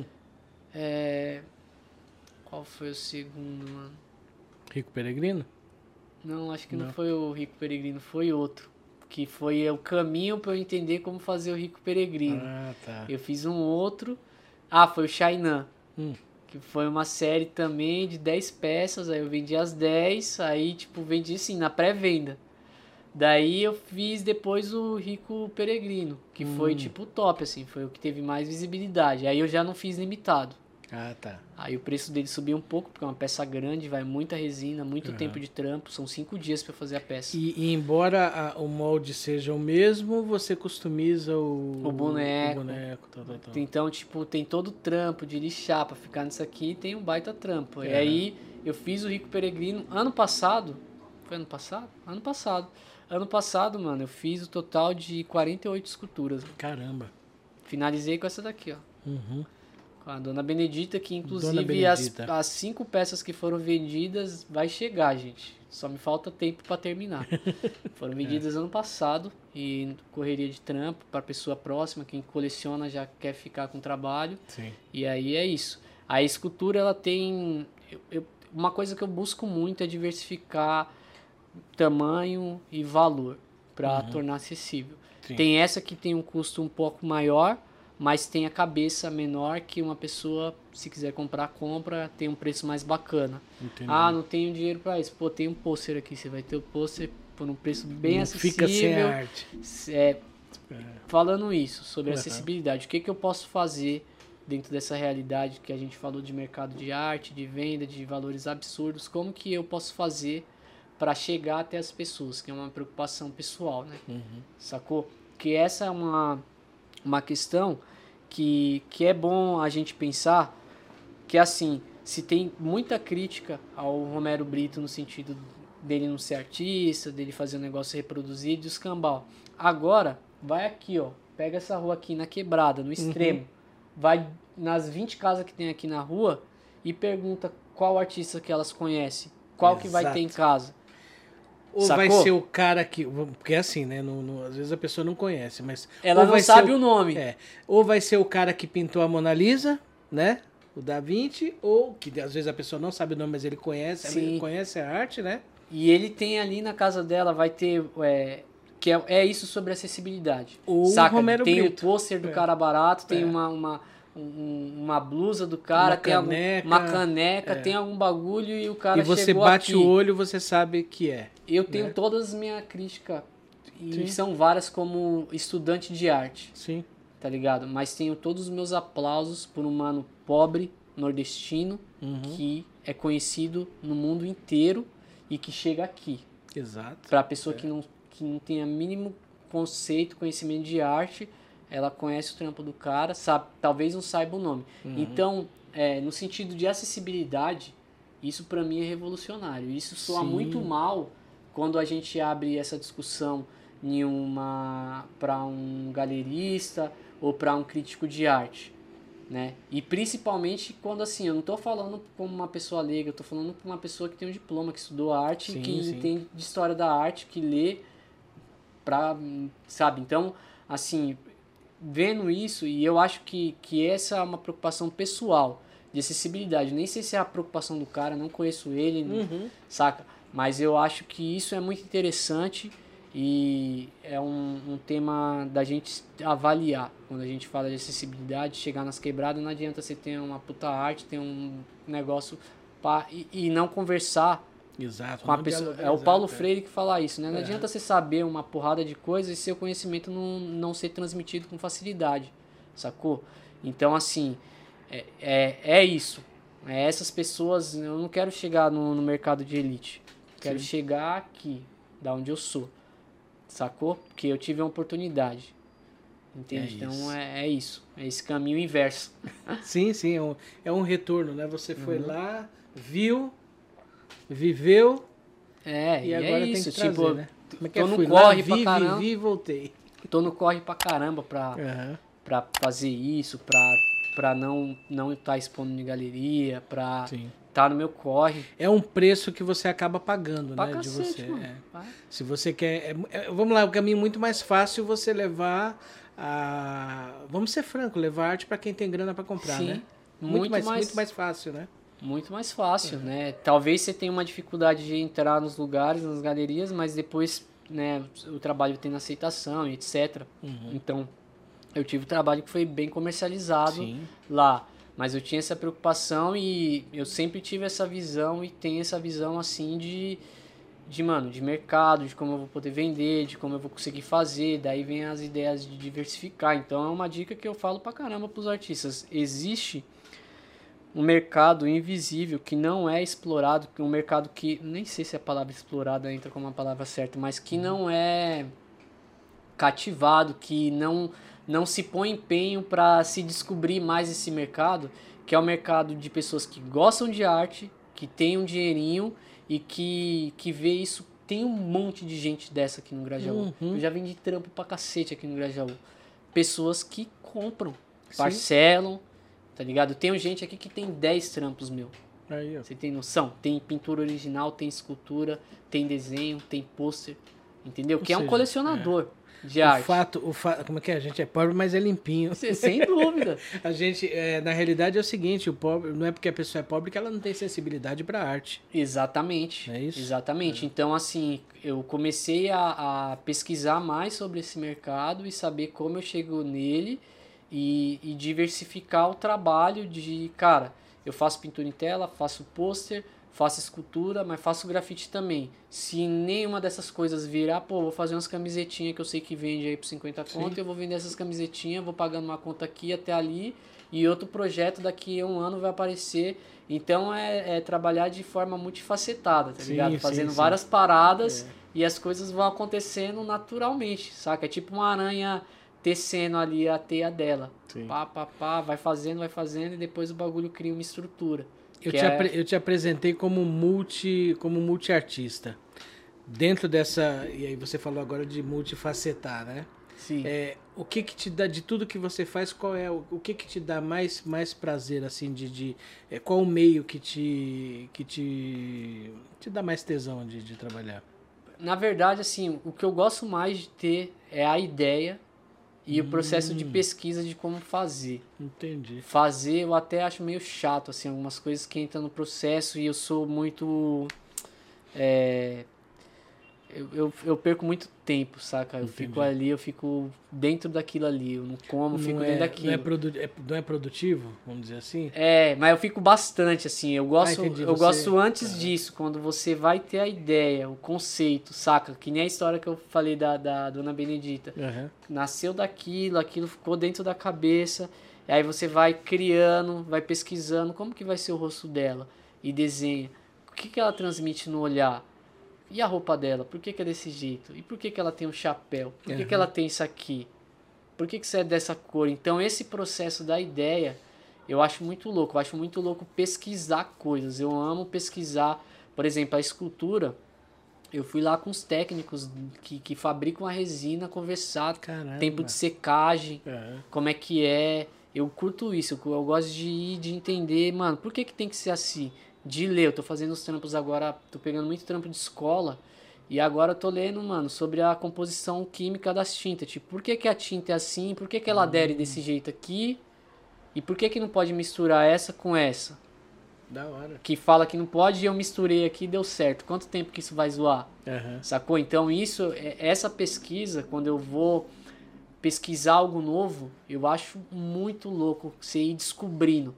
é... qual foi o segundo, mano? Rico Peregrino? Não, acho que não, não foi o Rico Peregrino, foi outro. Que foi o caminho para eu entender como fazer o Rico Peregrino. Ah, tá. Eu fiz um outro. Ah, foi o Xainan. Hum. Que foi uma série também de dez peças. Aí eu vendi as dez. Aí, tipo, vendi assim, na pré-venda. Daí eu fiz depois o Rico Peregrino. Que hum. foi, tipo, top, assim. Foi o que teve mais visibilidade. Aí eu já não fiz limitado. Ah, tá. Aí o preço dele subiu um pouco, porque é uma peça grande, vai muita resina, muito uhum. tempo de trampo, são cinco dias para fazer a peça. E, e embora a, o molde seja o mesmo, você customiza o, o boneco. O boneco tal, tal, tal. Então, tipo, tem todo o trampo de lixar para ficar nisso aqui e tem um baita trampo. É. E aí eu fiz o Rico Peregrino ano passado. Foi ano passado? Ano passado. Ano passado, mano, eu fiz o total de quarenta e oito esculturas. Caramba. Finalizei com essa daqui, ó. Uhum. A Dona Benedita, que inclusive Benedita. As, as cinco peças que foram vendidas vai chegar, gente. Só me falta tempo para terminar. Foram vendidas é. ano passado e correria de trampo para pessoa próxima, quem coleciona já quer ficar com o trabalho. Sim. E aí é isso. A escultura, ela tem... Eu, eu, uma coisa que eu busco muito é diversificar tamanho e valor para uhum. tornar acessível. Sim. Tem essa que tem um custo um pouco maior, mas tem a cabeça menor que uma pessoa, se quiser comprar, compra, tem um preço mais bacana. Entendi. Ah, não tenho dinheiro para isso. Pô, tem um pôster aqui, você vai ter o pôster por um preço bem não acessível. Fica sem arte. É, é. Falando isso, sobre uhum. acessibilidade, o que, que eu posso fazer dentro dessa realidade que a gente falou de mercado de arte, de venda, de valores absurdos, como que eu posso fazer para chegar até as pessoas, que é uma preocupação pessoal, né? Uhum. Sacou? Que essa é uma... uma questão que, que é bom a gente pensar, que assim, se tem muita crítica ao Romero Brito no sentido dele não ser artista, dele fazer um negócio reproduzido e escambau. Agora, vai aqui, ó, pega essa rua aqui na quebrada, no extremo, uhum. vai nas vinte casas que tem aqui na rua e pergunta qual artista que elas conhecem, qual Exato. que vai ter em casa. Ou Sacou? vai ser o cara que... Porque é assim, né? Não, não, às vezes a pessoa não conhece, mas... Ela ou não vai sabe o, o nome. É, ou vai ser o cara que pintou a Mona Lisa, né? O Da Vinci, ou que às vezes a pessoa não sabe o nome, mas ele conhece, ele conhece a arte, né? E ele tem ali na casa dela, vai ter... É, que é, é isso sobre acessibilidade. O Saca? Romero Tem Brito. o pôster do é. cara barato, tem é. uma... uma Um, uma blusa do cara, uma tem caneca, algum, uma caneca, é. tem algum bagulho e o cara chegou aqui. E você bate aqui. o olho, você sabe que é. Eu tenho né? todas as minhas críticas, e Sim. são várias como estudante de arte. Sim. Tá ligado? Mas tenho todos os meus aplausos por um mano pobre, nordestino, uhum. que é conhecido no mundo inteiro e que chega aqui. Exato. Pra pessoa é. que, não, que não tenha mínimo conceito, conhecimento de arte... Ela conhece o trampo do cara, sabe, talvez não saiba o nome. Uhum. Então, é, no sentido de acessibilidade, isso pra mim é revolucionário. Isso soa Sim. muito mal quando a gente abre essa discussão em uma para um galerista ou para um crítico de arte, né? E principalmente quando assim, eu não tô falando como uma pessoa leiga, eu tô falando com uma pessoa que tem um diploma, que estudou arte, sim, que sim. entende de história da arte, que lê pra, sabe? Então, assim, vendo isso, e eu acho que, que essa é uma preocupação pessoal de acessibilidade. Nem sei se é a preocupação do cara, não conheço ele, uhum. saca? Mas eu acho que isso é muito interessante e é um, um tema da gente avaliar. Quando a gente fala de acessibilidade, chegar nas quebradas, não adianta você ter uma puta arte, ter um negócio pá, e, e não conversar Exato. Com a pessoa, é o Paulo Freire que fala isso, né? Não é. adianta você saber uma porrada de coisas e seu conhecimento não, não ser transmitido com facilidade, sacou? Então, assim, é, é, é isso. É essas pessoas, eu não quero chegar no, no mercado de elite. Quero Sim. chegar aqui, da onde eu sou, sacou? Porque eu tive uma oportunidade. Entende? É então é, é isso. É esse caminho inverso. Sim, sim. É um, é um retorno, né? Você foi uhum. lá, viu... Viveu é, e, e agora é isso, tem que trazer, tipo, né? Como é que tô é? no Fui corre lá, pra vi, caramba. vivi e voltei. Tô no corre pra caramba pra, uhum. pra fazer isso, pra, pra não não estar expondo em galeria, pra Sim. tá no meu corre. É um preço que você acaba pagando, pra né? Cacete, de você. Mano. É. Se você quer... É, é, vamos lá, o caminho muito mais fácil você levar a... Vamos ser franco, levar arte pra quem tem grana pra comprar, Sim, né? Muito, Muito mais, mais, muito mais fácil, né? Muito mais fácil, uhum. né? Talvez você tenha uma dificuldade de entrar nos lugares, nas galerias, mas depois, né, o trabalho tendo aceitação e etcétera. Uhum. Então, eu tive um trabalho que foi bem comercializado Sim. lá. Mas eu tinha essa preocupação e eu sempre tive essa visão e tenho essa visão, assim, de, de, mano, de mercado, de como eu vou poder vender, de como eu vou conseguir fazer. Daí vem as ideias de diversificar. Então, é uma dica que eu falo pra caramba pros artistas. Existe... um mercado invisível que não é explorado, um mercado que, nem sei se a palavra explorada entra como a palavra certa, mas que não é cativado, que não, não se põe empenho para se descobrir mais esse mercado, que é o mercado de pessoas que gostam de arte, que tem um dinheirinho e que, que vê isso. Tem um monte de gente dessa aqui no Grajaú. Uhum. Eu já vendi trampo pra cacete aqui no Grajaú. Pessoas que compram, Sim. parcelam, tá ligado? Tem gente aqui que tem dez trampos, meu. Aí, ó. Você tem noção? Tem pintura original, tem escultura, tem desenho, tem pôster, entendeu? Ou que seja, é um colecionador é. de o arte. Fato, o fato, como é que é? A gente é pobre, mas é limpinho. Sem dúvida. a gente, é, na realidade é o seguinte, o pobre, não é porque a pessoa é pobre que ela não tem sensibilidade pra arte. Exatamente. É isso? Exatamente. É. Então, assim, eu comecei a, a pesquisar mais sobre esse mercado e saber como eu chego nele. E, e diversificar o trabalho de, cara, eu faço pintura em tela, faço pôster, faço escultura, mas faço grafite também. Se nenhuma dessas coisas virar, pô, vou fazer umas camisetinhas que eu sei que vende aí por cinquenta conto, eu vou vender essas camisetinhas, vou pagando uma conta aqui até ali, e outro projeto daqui a um ano vai aparecer. Então é, é trabalhar de forma multifacetada, tá sim, ligado? Fazendo sim, várias sim. paradas é. e as coisas vão acontecendo naturalmente, saca? É tipo uma aranha... tecendo ali a teia dela. Sim. Pá, pá, pá, vai fazendo, vai fazendo e depois o bagulho cria uma estrutura. Eu, te, é... apre- eu te apresentei como multi, como multi-artista. Dentro dessa... E aí você falou agora de multifacetar, né? Sim. É, o que que te dá, de tudo que você faz, qual é o, o que que te dá mais, mais prazer, assim, de... de é, qual o meio que te, que te, te dá mais tesão de, de trabalhar? Na verdade, assim, o que eu gosto mais de ter é a ideia e hum. o processo de pesquisa de como fazer. Entendi. Fazer eu até acho meio chato, assim, algumas coisas que entram no processo e eu sou muito... É, eu, eu, eu perco muito tempo, saca? Eu Entendi. fico ali, eu fico dentro daquilo ali, eu não como, não fico é, dentro daquilo. Não é, produ- é, não é produtivo, vamos dizer assim? É, mas eu fico bastante, assim, eu gosto, ah, eu você... gosto antes ah. disso, quando você vai ter a ideia, o conceito, saca? Que nem a história que eu falei da, da Dona Benedita. Uhum. Nasceu daquilo, aquilo ficou dentro da cabeça, e aí você vai criando, vai pesquisando como que vai ser o rosto dela, e desenha. O que que ela transmite no olhar? E a roupa dela? Por que que é desse jeito? E por que que ela tem um chapéu? Por que uhum. que ela tem isso aqui? Por que que isso é dessa cor? Então esse processo da ideia, eu acho muito louco. Eu acho muito louco pesquisar coisas. Eu amo pesquisar. Por exemplo, a escultura. Eu fui lá com os técnicos que, que fabricam a resina, conversar. Caramba. Tempo de secagem. Uhum. Como é que é. Eu curto isso. Eu, eu gosto de ir, de entender. Mano, por que que tem que ser assim? De ler, eu tô fazendo os trampos agora, tô pegando muito trampo de escola, e agora eu tô lendo, mano, sobre a composição química das tintas, tipo, por que que a tinta é assim, por que que ela adere desse jeito aqui, e por que que não pode misturar essa com essa? Da hora. Que fala que não pode e eu misturei aqui e deu certo, quanto tempo que isso vai zoar? Uhum. Sacou? Então isso, essa pesquisa, quando eu vou pesquisar algo novo, eu acho muito louco você ir descobrindo.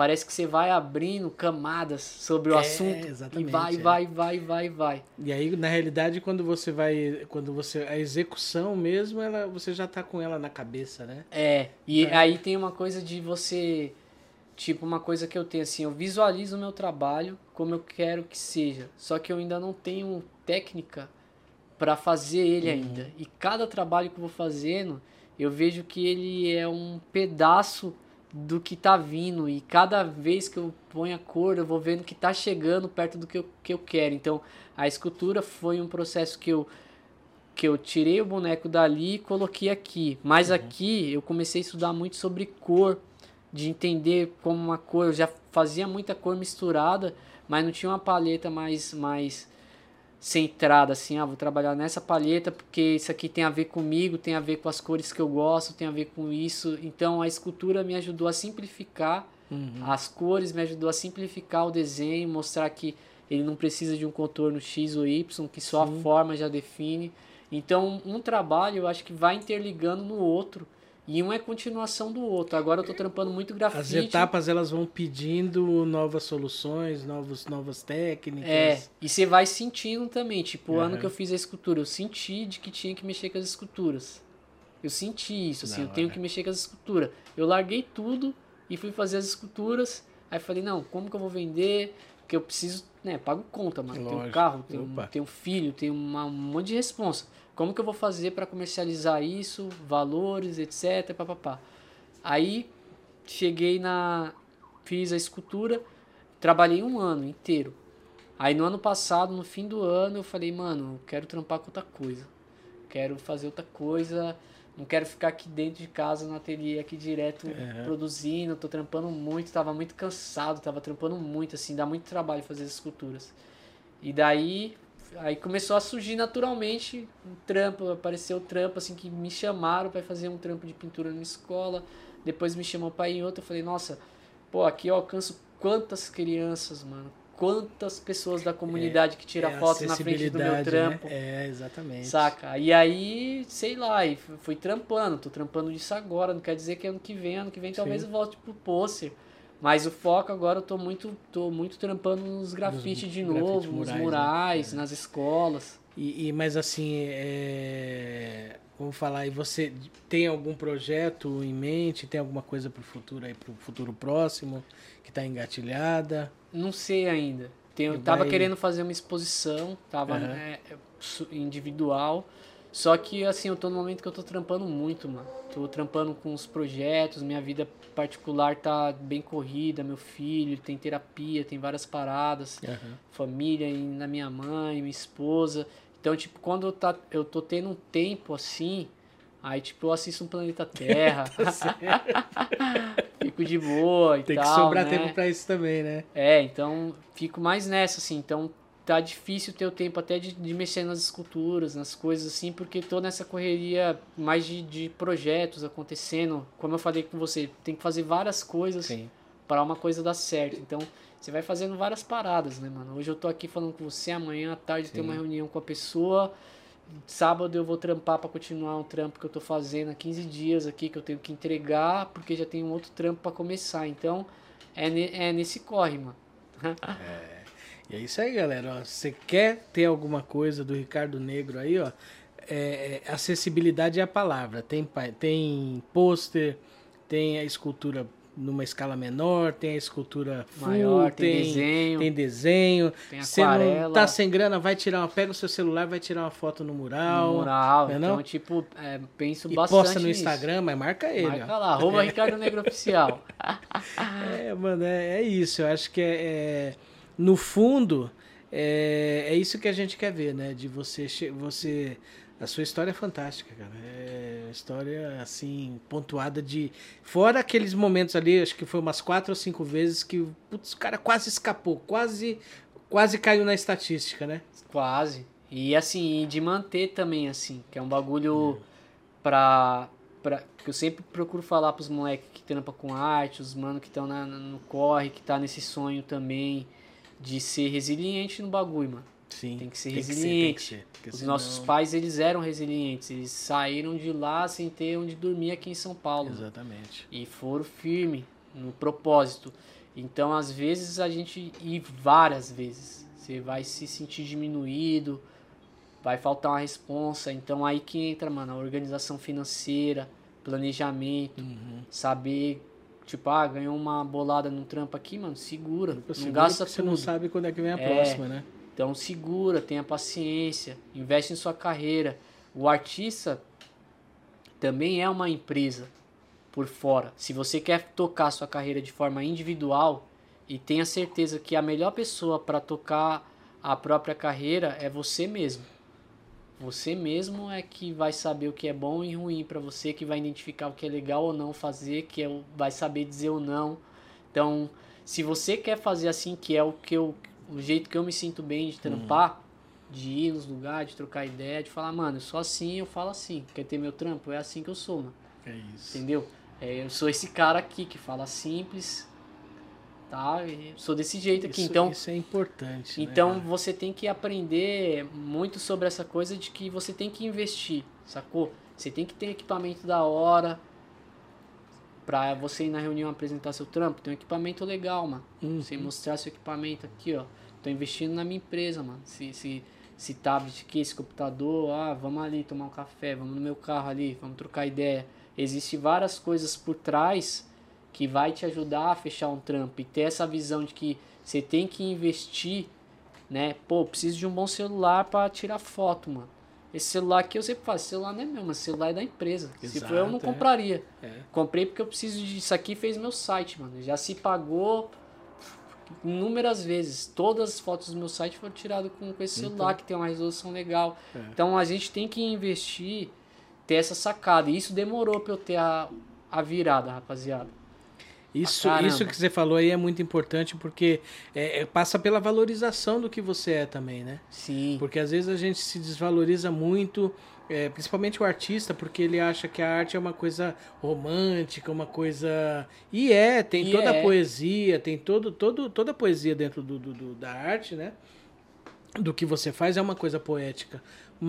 parece que você vai abrindo camadas sobre o É, assunto exatamente, e vai, é. vai, vai, vai, vai. E aí, na realidade, quando você vai. Quando você. A execução mesmo, ela, você já tá com ela na cabeça, né? É, e Tá. aí tem uma coisa de você, tipo, uma coisa que eu tenho assim, eu visualizo o meu trabalho como eu quero que seja, só que eu ainda não tenho técnica para fazer ele Uhum. ainda. E cada trabalho que eu vou fazendo, eu vejo que ele é um pedaço do que tá vindo, e cada vez que eu ponho a cor, eu vou vendo que tá chegando perto do que eu, que eu quero. Então, a escultura foi um processo que eu que eu tirei o boneco dali e coloquei aqui. Mas Uhum. aqui eu comecei a estudar muito sobre cor, de entender como uma cor, eu já fazia muita cor misturada, mas não tinha uma paleta mais mais centrada assim, ah, vou trabalhar nessa paleta porque isso aqui tem a ver comigo, tem a ver com as cores que eu gosto, tem a ver com isso. Então a escultura me ajudou a simplificar Uhum. as cores, me ajudou a simplificar o desenho, mostrar que ele não precisa de um contorno X ou Y, que só Sim. a forma já define. Então, um trabalho eu acho que vai interligando no outro e um é continuação do outro. Agora eu tô trampando muito grafite. As etapas elas vão pedindo novas soluções, novos, novas técnicas. É, e você vai sentindo também. Tipo, o Uhum. ano que eu fiz a escultura, eu senti de que tinha que mexer com as esculturas. Eu senti isso, assim, Da eu tenho hora. que mexer com as esculturas. Eu larguei tudo e fui fazer as esculturas. Aí falei, não, como que eu vou vender? Porque eu preciso, né, pago conta, mano. Tenho um Lógico. carro, tenho, Opa. tenho um filho, tenho uma, um monte de responsa. Como que eu vou fazer para comercializar isso, valores, etc, papapá. Aí cheguei na... fiz a escultura, trabalhei um ano inteiro. Aí no ano passado, no fim do ano, eu falei, mano, eu quero trampar com outra coisa. Quero fazer outra coisa, não quero ficar aqui dentro de casa no ateliê aqui direto Uhum. produzindo, tô trampando muito, tava muito cansado, tava trampando muito, assim, dá muito trabalho fazer as esculturas. E daí, aí começou a surgir naturalmente um trampo, apareceu o trampo, assim, que me chamaram para fazer um trampo de pintura na escola, depois me chamou para ir em outro, eu falei, nossa, pô, aqui eu alcanço quantas crianças, mano, quantas pessoas da comunidade que tira É a foto na frente do meu acessibilidade, trampo. né? É, exatamente. Saca? E aí, sei lá, e fui trampando, tô trampando disso agora, não quer dizer que ano que vem, ano que vem talvez Sim. eu volte pro pôster. Mas o foco agora eu tô muito, tô muito trampando nos grafites de grafite novo, nos murais, né? murais, É. nas escolas. E, e- mas assim, é... vamos falar, e você tem algum projeto em mente? Tem alguma coisa pro futuro aí, pro futuro próximo, que tá engatilhada? Não sei ainda. Tenho, E tava vai- querendo fazer uma exposição, tava Aham. né, su- individual. Só que assim, eu tô no momento que eu tô trampando muito, mano. Tô trampando com os projetos, minha vida particular tá bem corrida, meu filho tem terapia, tem várias paradas, Aham. família e na minha mãe, minha esposa. Então, tipo, quando eu, tá, eu tô tendo um tempo assim, aí tipo, eu assisto um Planeta Terra, fico de boa e Tem tal, que sobrar né? tempo pra isso também, né? É, então fico mais nessa, assim. Então tá difícil ter o tempo até de, de mexer nas esculturas, nas coisas assim, porque tô nessa correria mais de, de projetos acontecendo. Como eu falei com você, tem que fazer várias coisas Sim. para uma coisa dar certo. Então você vai fazendo várias paradas, né, mano? Hoje eu tô aqui falando com você, amanhã à tarde tem uma reunião com a pessoa. Sábado eu vou trampar para continuar um trampo que eu tô fazendo há quinze dias aqui, que eu tenho que entregar, porque já tem um outro trampo para começar. Então é, ne, é nesse corre, mano. E é isso aí, galera. Ó, você quer ter alguma coisa do Ricardo Negro aí, ó? É, é, acessibilidade é a palavra. Tem, pa- tem pôster, tem a escultura numa escala menor, tem a escultura full, Maior, tem desenho. tem desenho. Tem Você não aquarela. tá sem grana, vai tirar uma, pega o seu celular, vai tirar uma foto no mural. No mural. não é Então, não? tipo, é, penso E bastante posta no nisso. Instagram, mas marca ele, Marca ó. lá, arroba Ricardo Negro Oficial. É, mano, é, é isso. Eu acho que é, é- no fundo é, é isso que a gente quer ver, né? De você, che- você, a sua história é fantástica, cara. É uma história assim pontuada de, fora aqueles momentos ali, acho que foi umas quatro ou cinco vezes que putz, o cara quase escapou, quase, quase caiu na estatística, né? Quase. E assim, e de manter também, assim, que é um bagulho pra, pra. Que eu sempre procuro falar pros moleques que trampam com arte, os mano que estão no corre, que tá nesse sonho também de ser resiliente no bagulho, mano. Sim. Tem que ser tem resiliente. Que ser, tem que ser, porque Os senão- nossos pais, eles eram resilientes. Eles saíram de lá sem ter onde dormir aqui em São Paulo. Mano. Exatamente. E foram firmes no propósito. Então, às vezes, a gente, e várias vezes, você vai se sentir diminuído, vai faltar uma responsa. Então, aí que entra, mano, a organização financeira, planejamento, Uhum. saber, tipo, ah, ganhou uma bolada no trampo aqui, mano, segura, Tipo, não segura gasta porque tudo. você não sabe quando é que vem a É. próxima, né? Então, segura, tenha paciência, investe em sua carreira. O artista também é uma empresa por fora. Se você quer tocar sua carreira de forma individual e tenha certeza que a melhor pessoa para tocar a própria carreira é você mesmo. Você mesmo é que vai saber o que é bom e ruim para você, que vai identificar o que é legal ou não fazer, que é, vai saber dizer ou não. Então, se você quer fazer assim, que é o que eu, o jeito que eu me sinto bem de trampar, hum. de ir nos lugares, de trocar ideia, de falar, mano, eu sou assim, eu falo assim. Quer ter meu trampo? É assim que eu sou, mano. É isso. Entendeu? É, eu sou esse cara aqui que fala simples, tá? Eu sou desse jeito aqui. Isso, então, isso é importante. Então, né? você tem que aprender muito sobre essa coisa de que você tem que investir, sacou? Você tem que ter equipamento da hora pra você ir na reunião apresentar seu trampo. Tem um equipamento legal, mano. Uhum. Você mostrar seu equipamento aqui, ó. Tô investindo na minha empresa, mano. Se, se, se tablet aqui, esse computador, ah, vamos ali tomar um café, vamos no meu carro ali, vamos trocar ideia. Existem várias coisas por trás que vai te ajudar a fechar um trampo e ter essa visão de que você tem que investir, né? Pô, preciso de um bom celular para tirar foto, mano. Esse celular aqui eu sempre falo, esse celular não é meu, mas esse celular é da empresa. Exato, se for eu, não é. compraria. É. Comprei porque eu preciso disso aqui, fez meu site, mano. Já se pagou inúmeras vezes. Todas as fotos do meu site foram tiradas com, com esse celular, então, que tem uma resolução legal. É. Então a gente tem que investir, ter essa sacada. E isso demorou pra eu ter a, a virada, rapaziada. Isso, isso que você falou aí é muito importante porque é, é, passa pela valorização do que você é também, né? Sim. Porque às vezes a gente se desvaloriza muito, é, principalmente o artista, porque ele acha que a arte é uma coisa romântica, uma coisa... E é, tem e toda é. a poesia, tem todo, todo, toda a poesia dentro do, do, do, da arte, né? Do que você faz é uma coisa poética.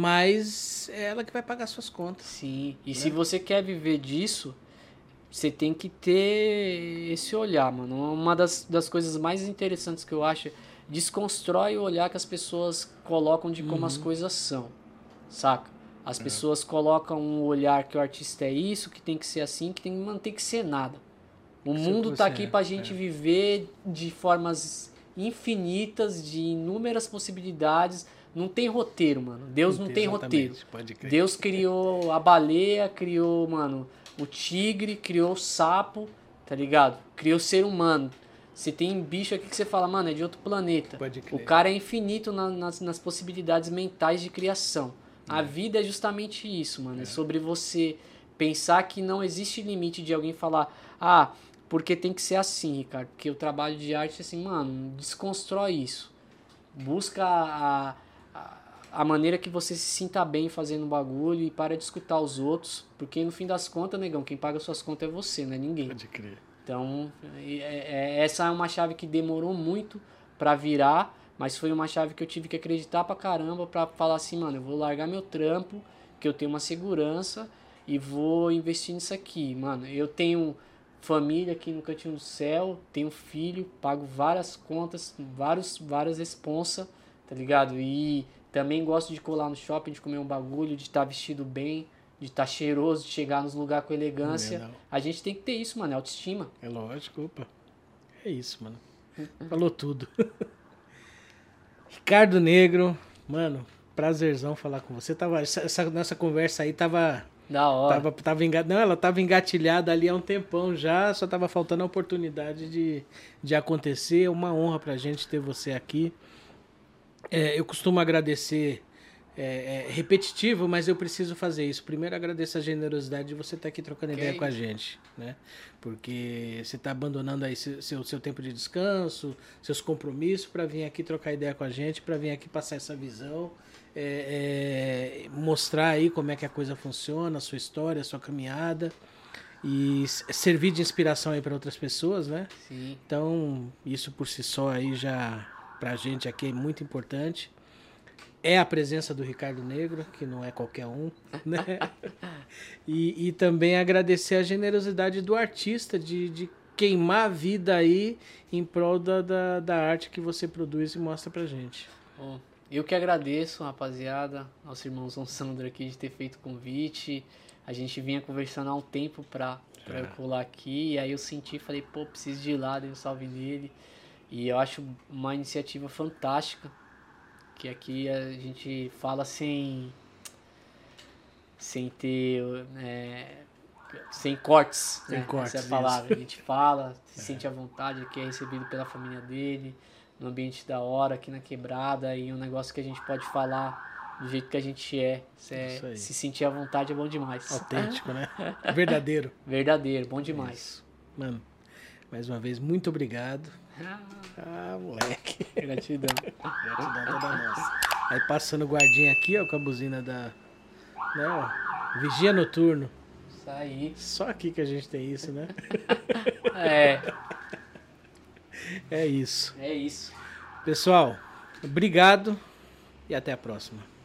Mas é ela que vai pagar suas contas. Sim. E né? se você quer viver disso... Você tem que ter esse olhar, mano. Uma das, das coisas mais interessantes que eu acho, desconstrói o olhar que as pessoas colocam de como uhum. as coisas são, saca? As é. pessoas colocam um olhar que o artista é isso, que tem que ser assim, que tem, não tem que ser nada. O mundo tá aqui pra gente é. viver de formas infinitas, de inúmeras possibilidades. Não tem roteiro, mano. Deus não, não tem roteiro. Pode crer. Deus criou a baleia, criou, mano... O tigre, criou o sapo, tá ligado? Criou o ser humano. Você tem bicho aqui que você fala, mano, é de outro planeta. Pode crer. O cara é infinito na, nas, nas possibilidades mentais de criação. É. A vida é justamente isso, mano. É. é sobre você pensar que não existe limite de alguém falar, ah, porque tem que ser assim, Ricardo. Porque o trabalho de arte é assim, mano, desconstrói isso. Busca a... a a maneira que você se sinta bem fazendo o bagulho e para de escutar os outros, porque no fim das contas, negão, quem paga suas contas é você, não é ninguém. Pode crer. Então, é, é, essa é uma chave que demorou muito pra virar, mas foi uma chave que eu tive que acreditar pra caramba pra falar assim, mano, eu vou largar meu trampo, que eu tenho uma segurança e vou investir nisso aqui, mano. Eu tenho família aqui no Cantinho do Céu, tenho filho, pago várias contas, vários, várias responsas, tá ligado? E também gosto de colar no shopping, de comer um bagulho, de estar vestido bem, de estar cheiroso, de chegar nos lugares com elegância. Não, não. A gente tem que ter isso, mano, é autoestima. É lógico, opa. É isso, mano. Falou tudo. Ricardo Negro, mano, prazerzão falar com você. Tava, essa nossa conversa aí tava... Da hora. Tava, tava enga... Não, ela tava engatilhada ali há um tempão já, só tava faltando a oportunidade de, de acontecer. É uma honra pra gente ter você aqui. É, eu costumo agradecer, é, é repetitivo, mas eu preciso fazer isso. Primeiro, agradeço a generosidade de você estar aqui trocando okay. ideia com a gente, né? Porque você está abandonando aí seu, seu, seu tempo de descanso, seus compromissos para vir aqui trocar ideia com a gente, para vir aqui passar essa visão, é, é, mostrar aí como é que a coisa funciona, a sua história, a sua caminhada e servir de inspiração aí para outras pessoas, né? Sim. Então, isso por si só aí já... pra gente aqui é muito importante. É a presença do Ricardo Negro, que não é qualquer um, né? e, e também agradecer a generosidade do artista de, de queimar a vida aí em prol da, da, da arte que você produz e mostra pra gente. Bom, eu que agradeço, rapaziada, nosso irmãozão Sandro aqui de ter feito o convite. A gente vinha conversando há um tempo pra, pra é. eu colar aqui, e aí eu senti, falei, pô, preciso de ir lá, dei um salve nele. E eu acho uma iniciativa fantástica, que aqui a gente fala sem, sem ter, é, sem cortes, sem né? cortes, essa é a palavra. Isso. A gente fala, se é. sente à vontade, aqui é recebido pela família dele, no ambiente da hora, aqui na quebrada, e um negócio que a gente pode falar do jeito que a gente é. é se sentir à vontade é bom demais. Autêntico, né? Verdadeiro. Verdadeiro, bom demais. Isso. Mano, mais uma vez, muito obrigado. Ah, moleque. Gratidão. Gratidão toda nossa. Aí passando o guardinha aqui, ó, com a buzina da... Né, ó, vigia noturno. Isso aí. Só aqui que a gente tem isso, né? É. É isso. É isso. Pessoal, obrigado e até a próxima.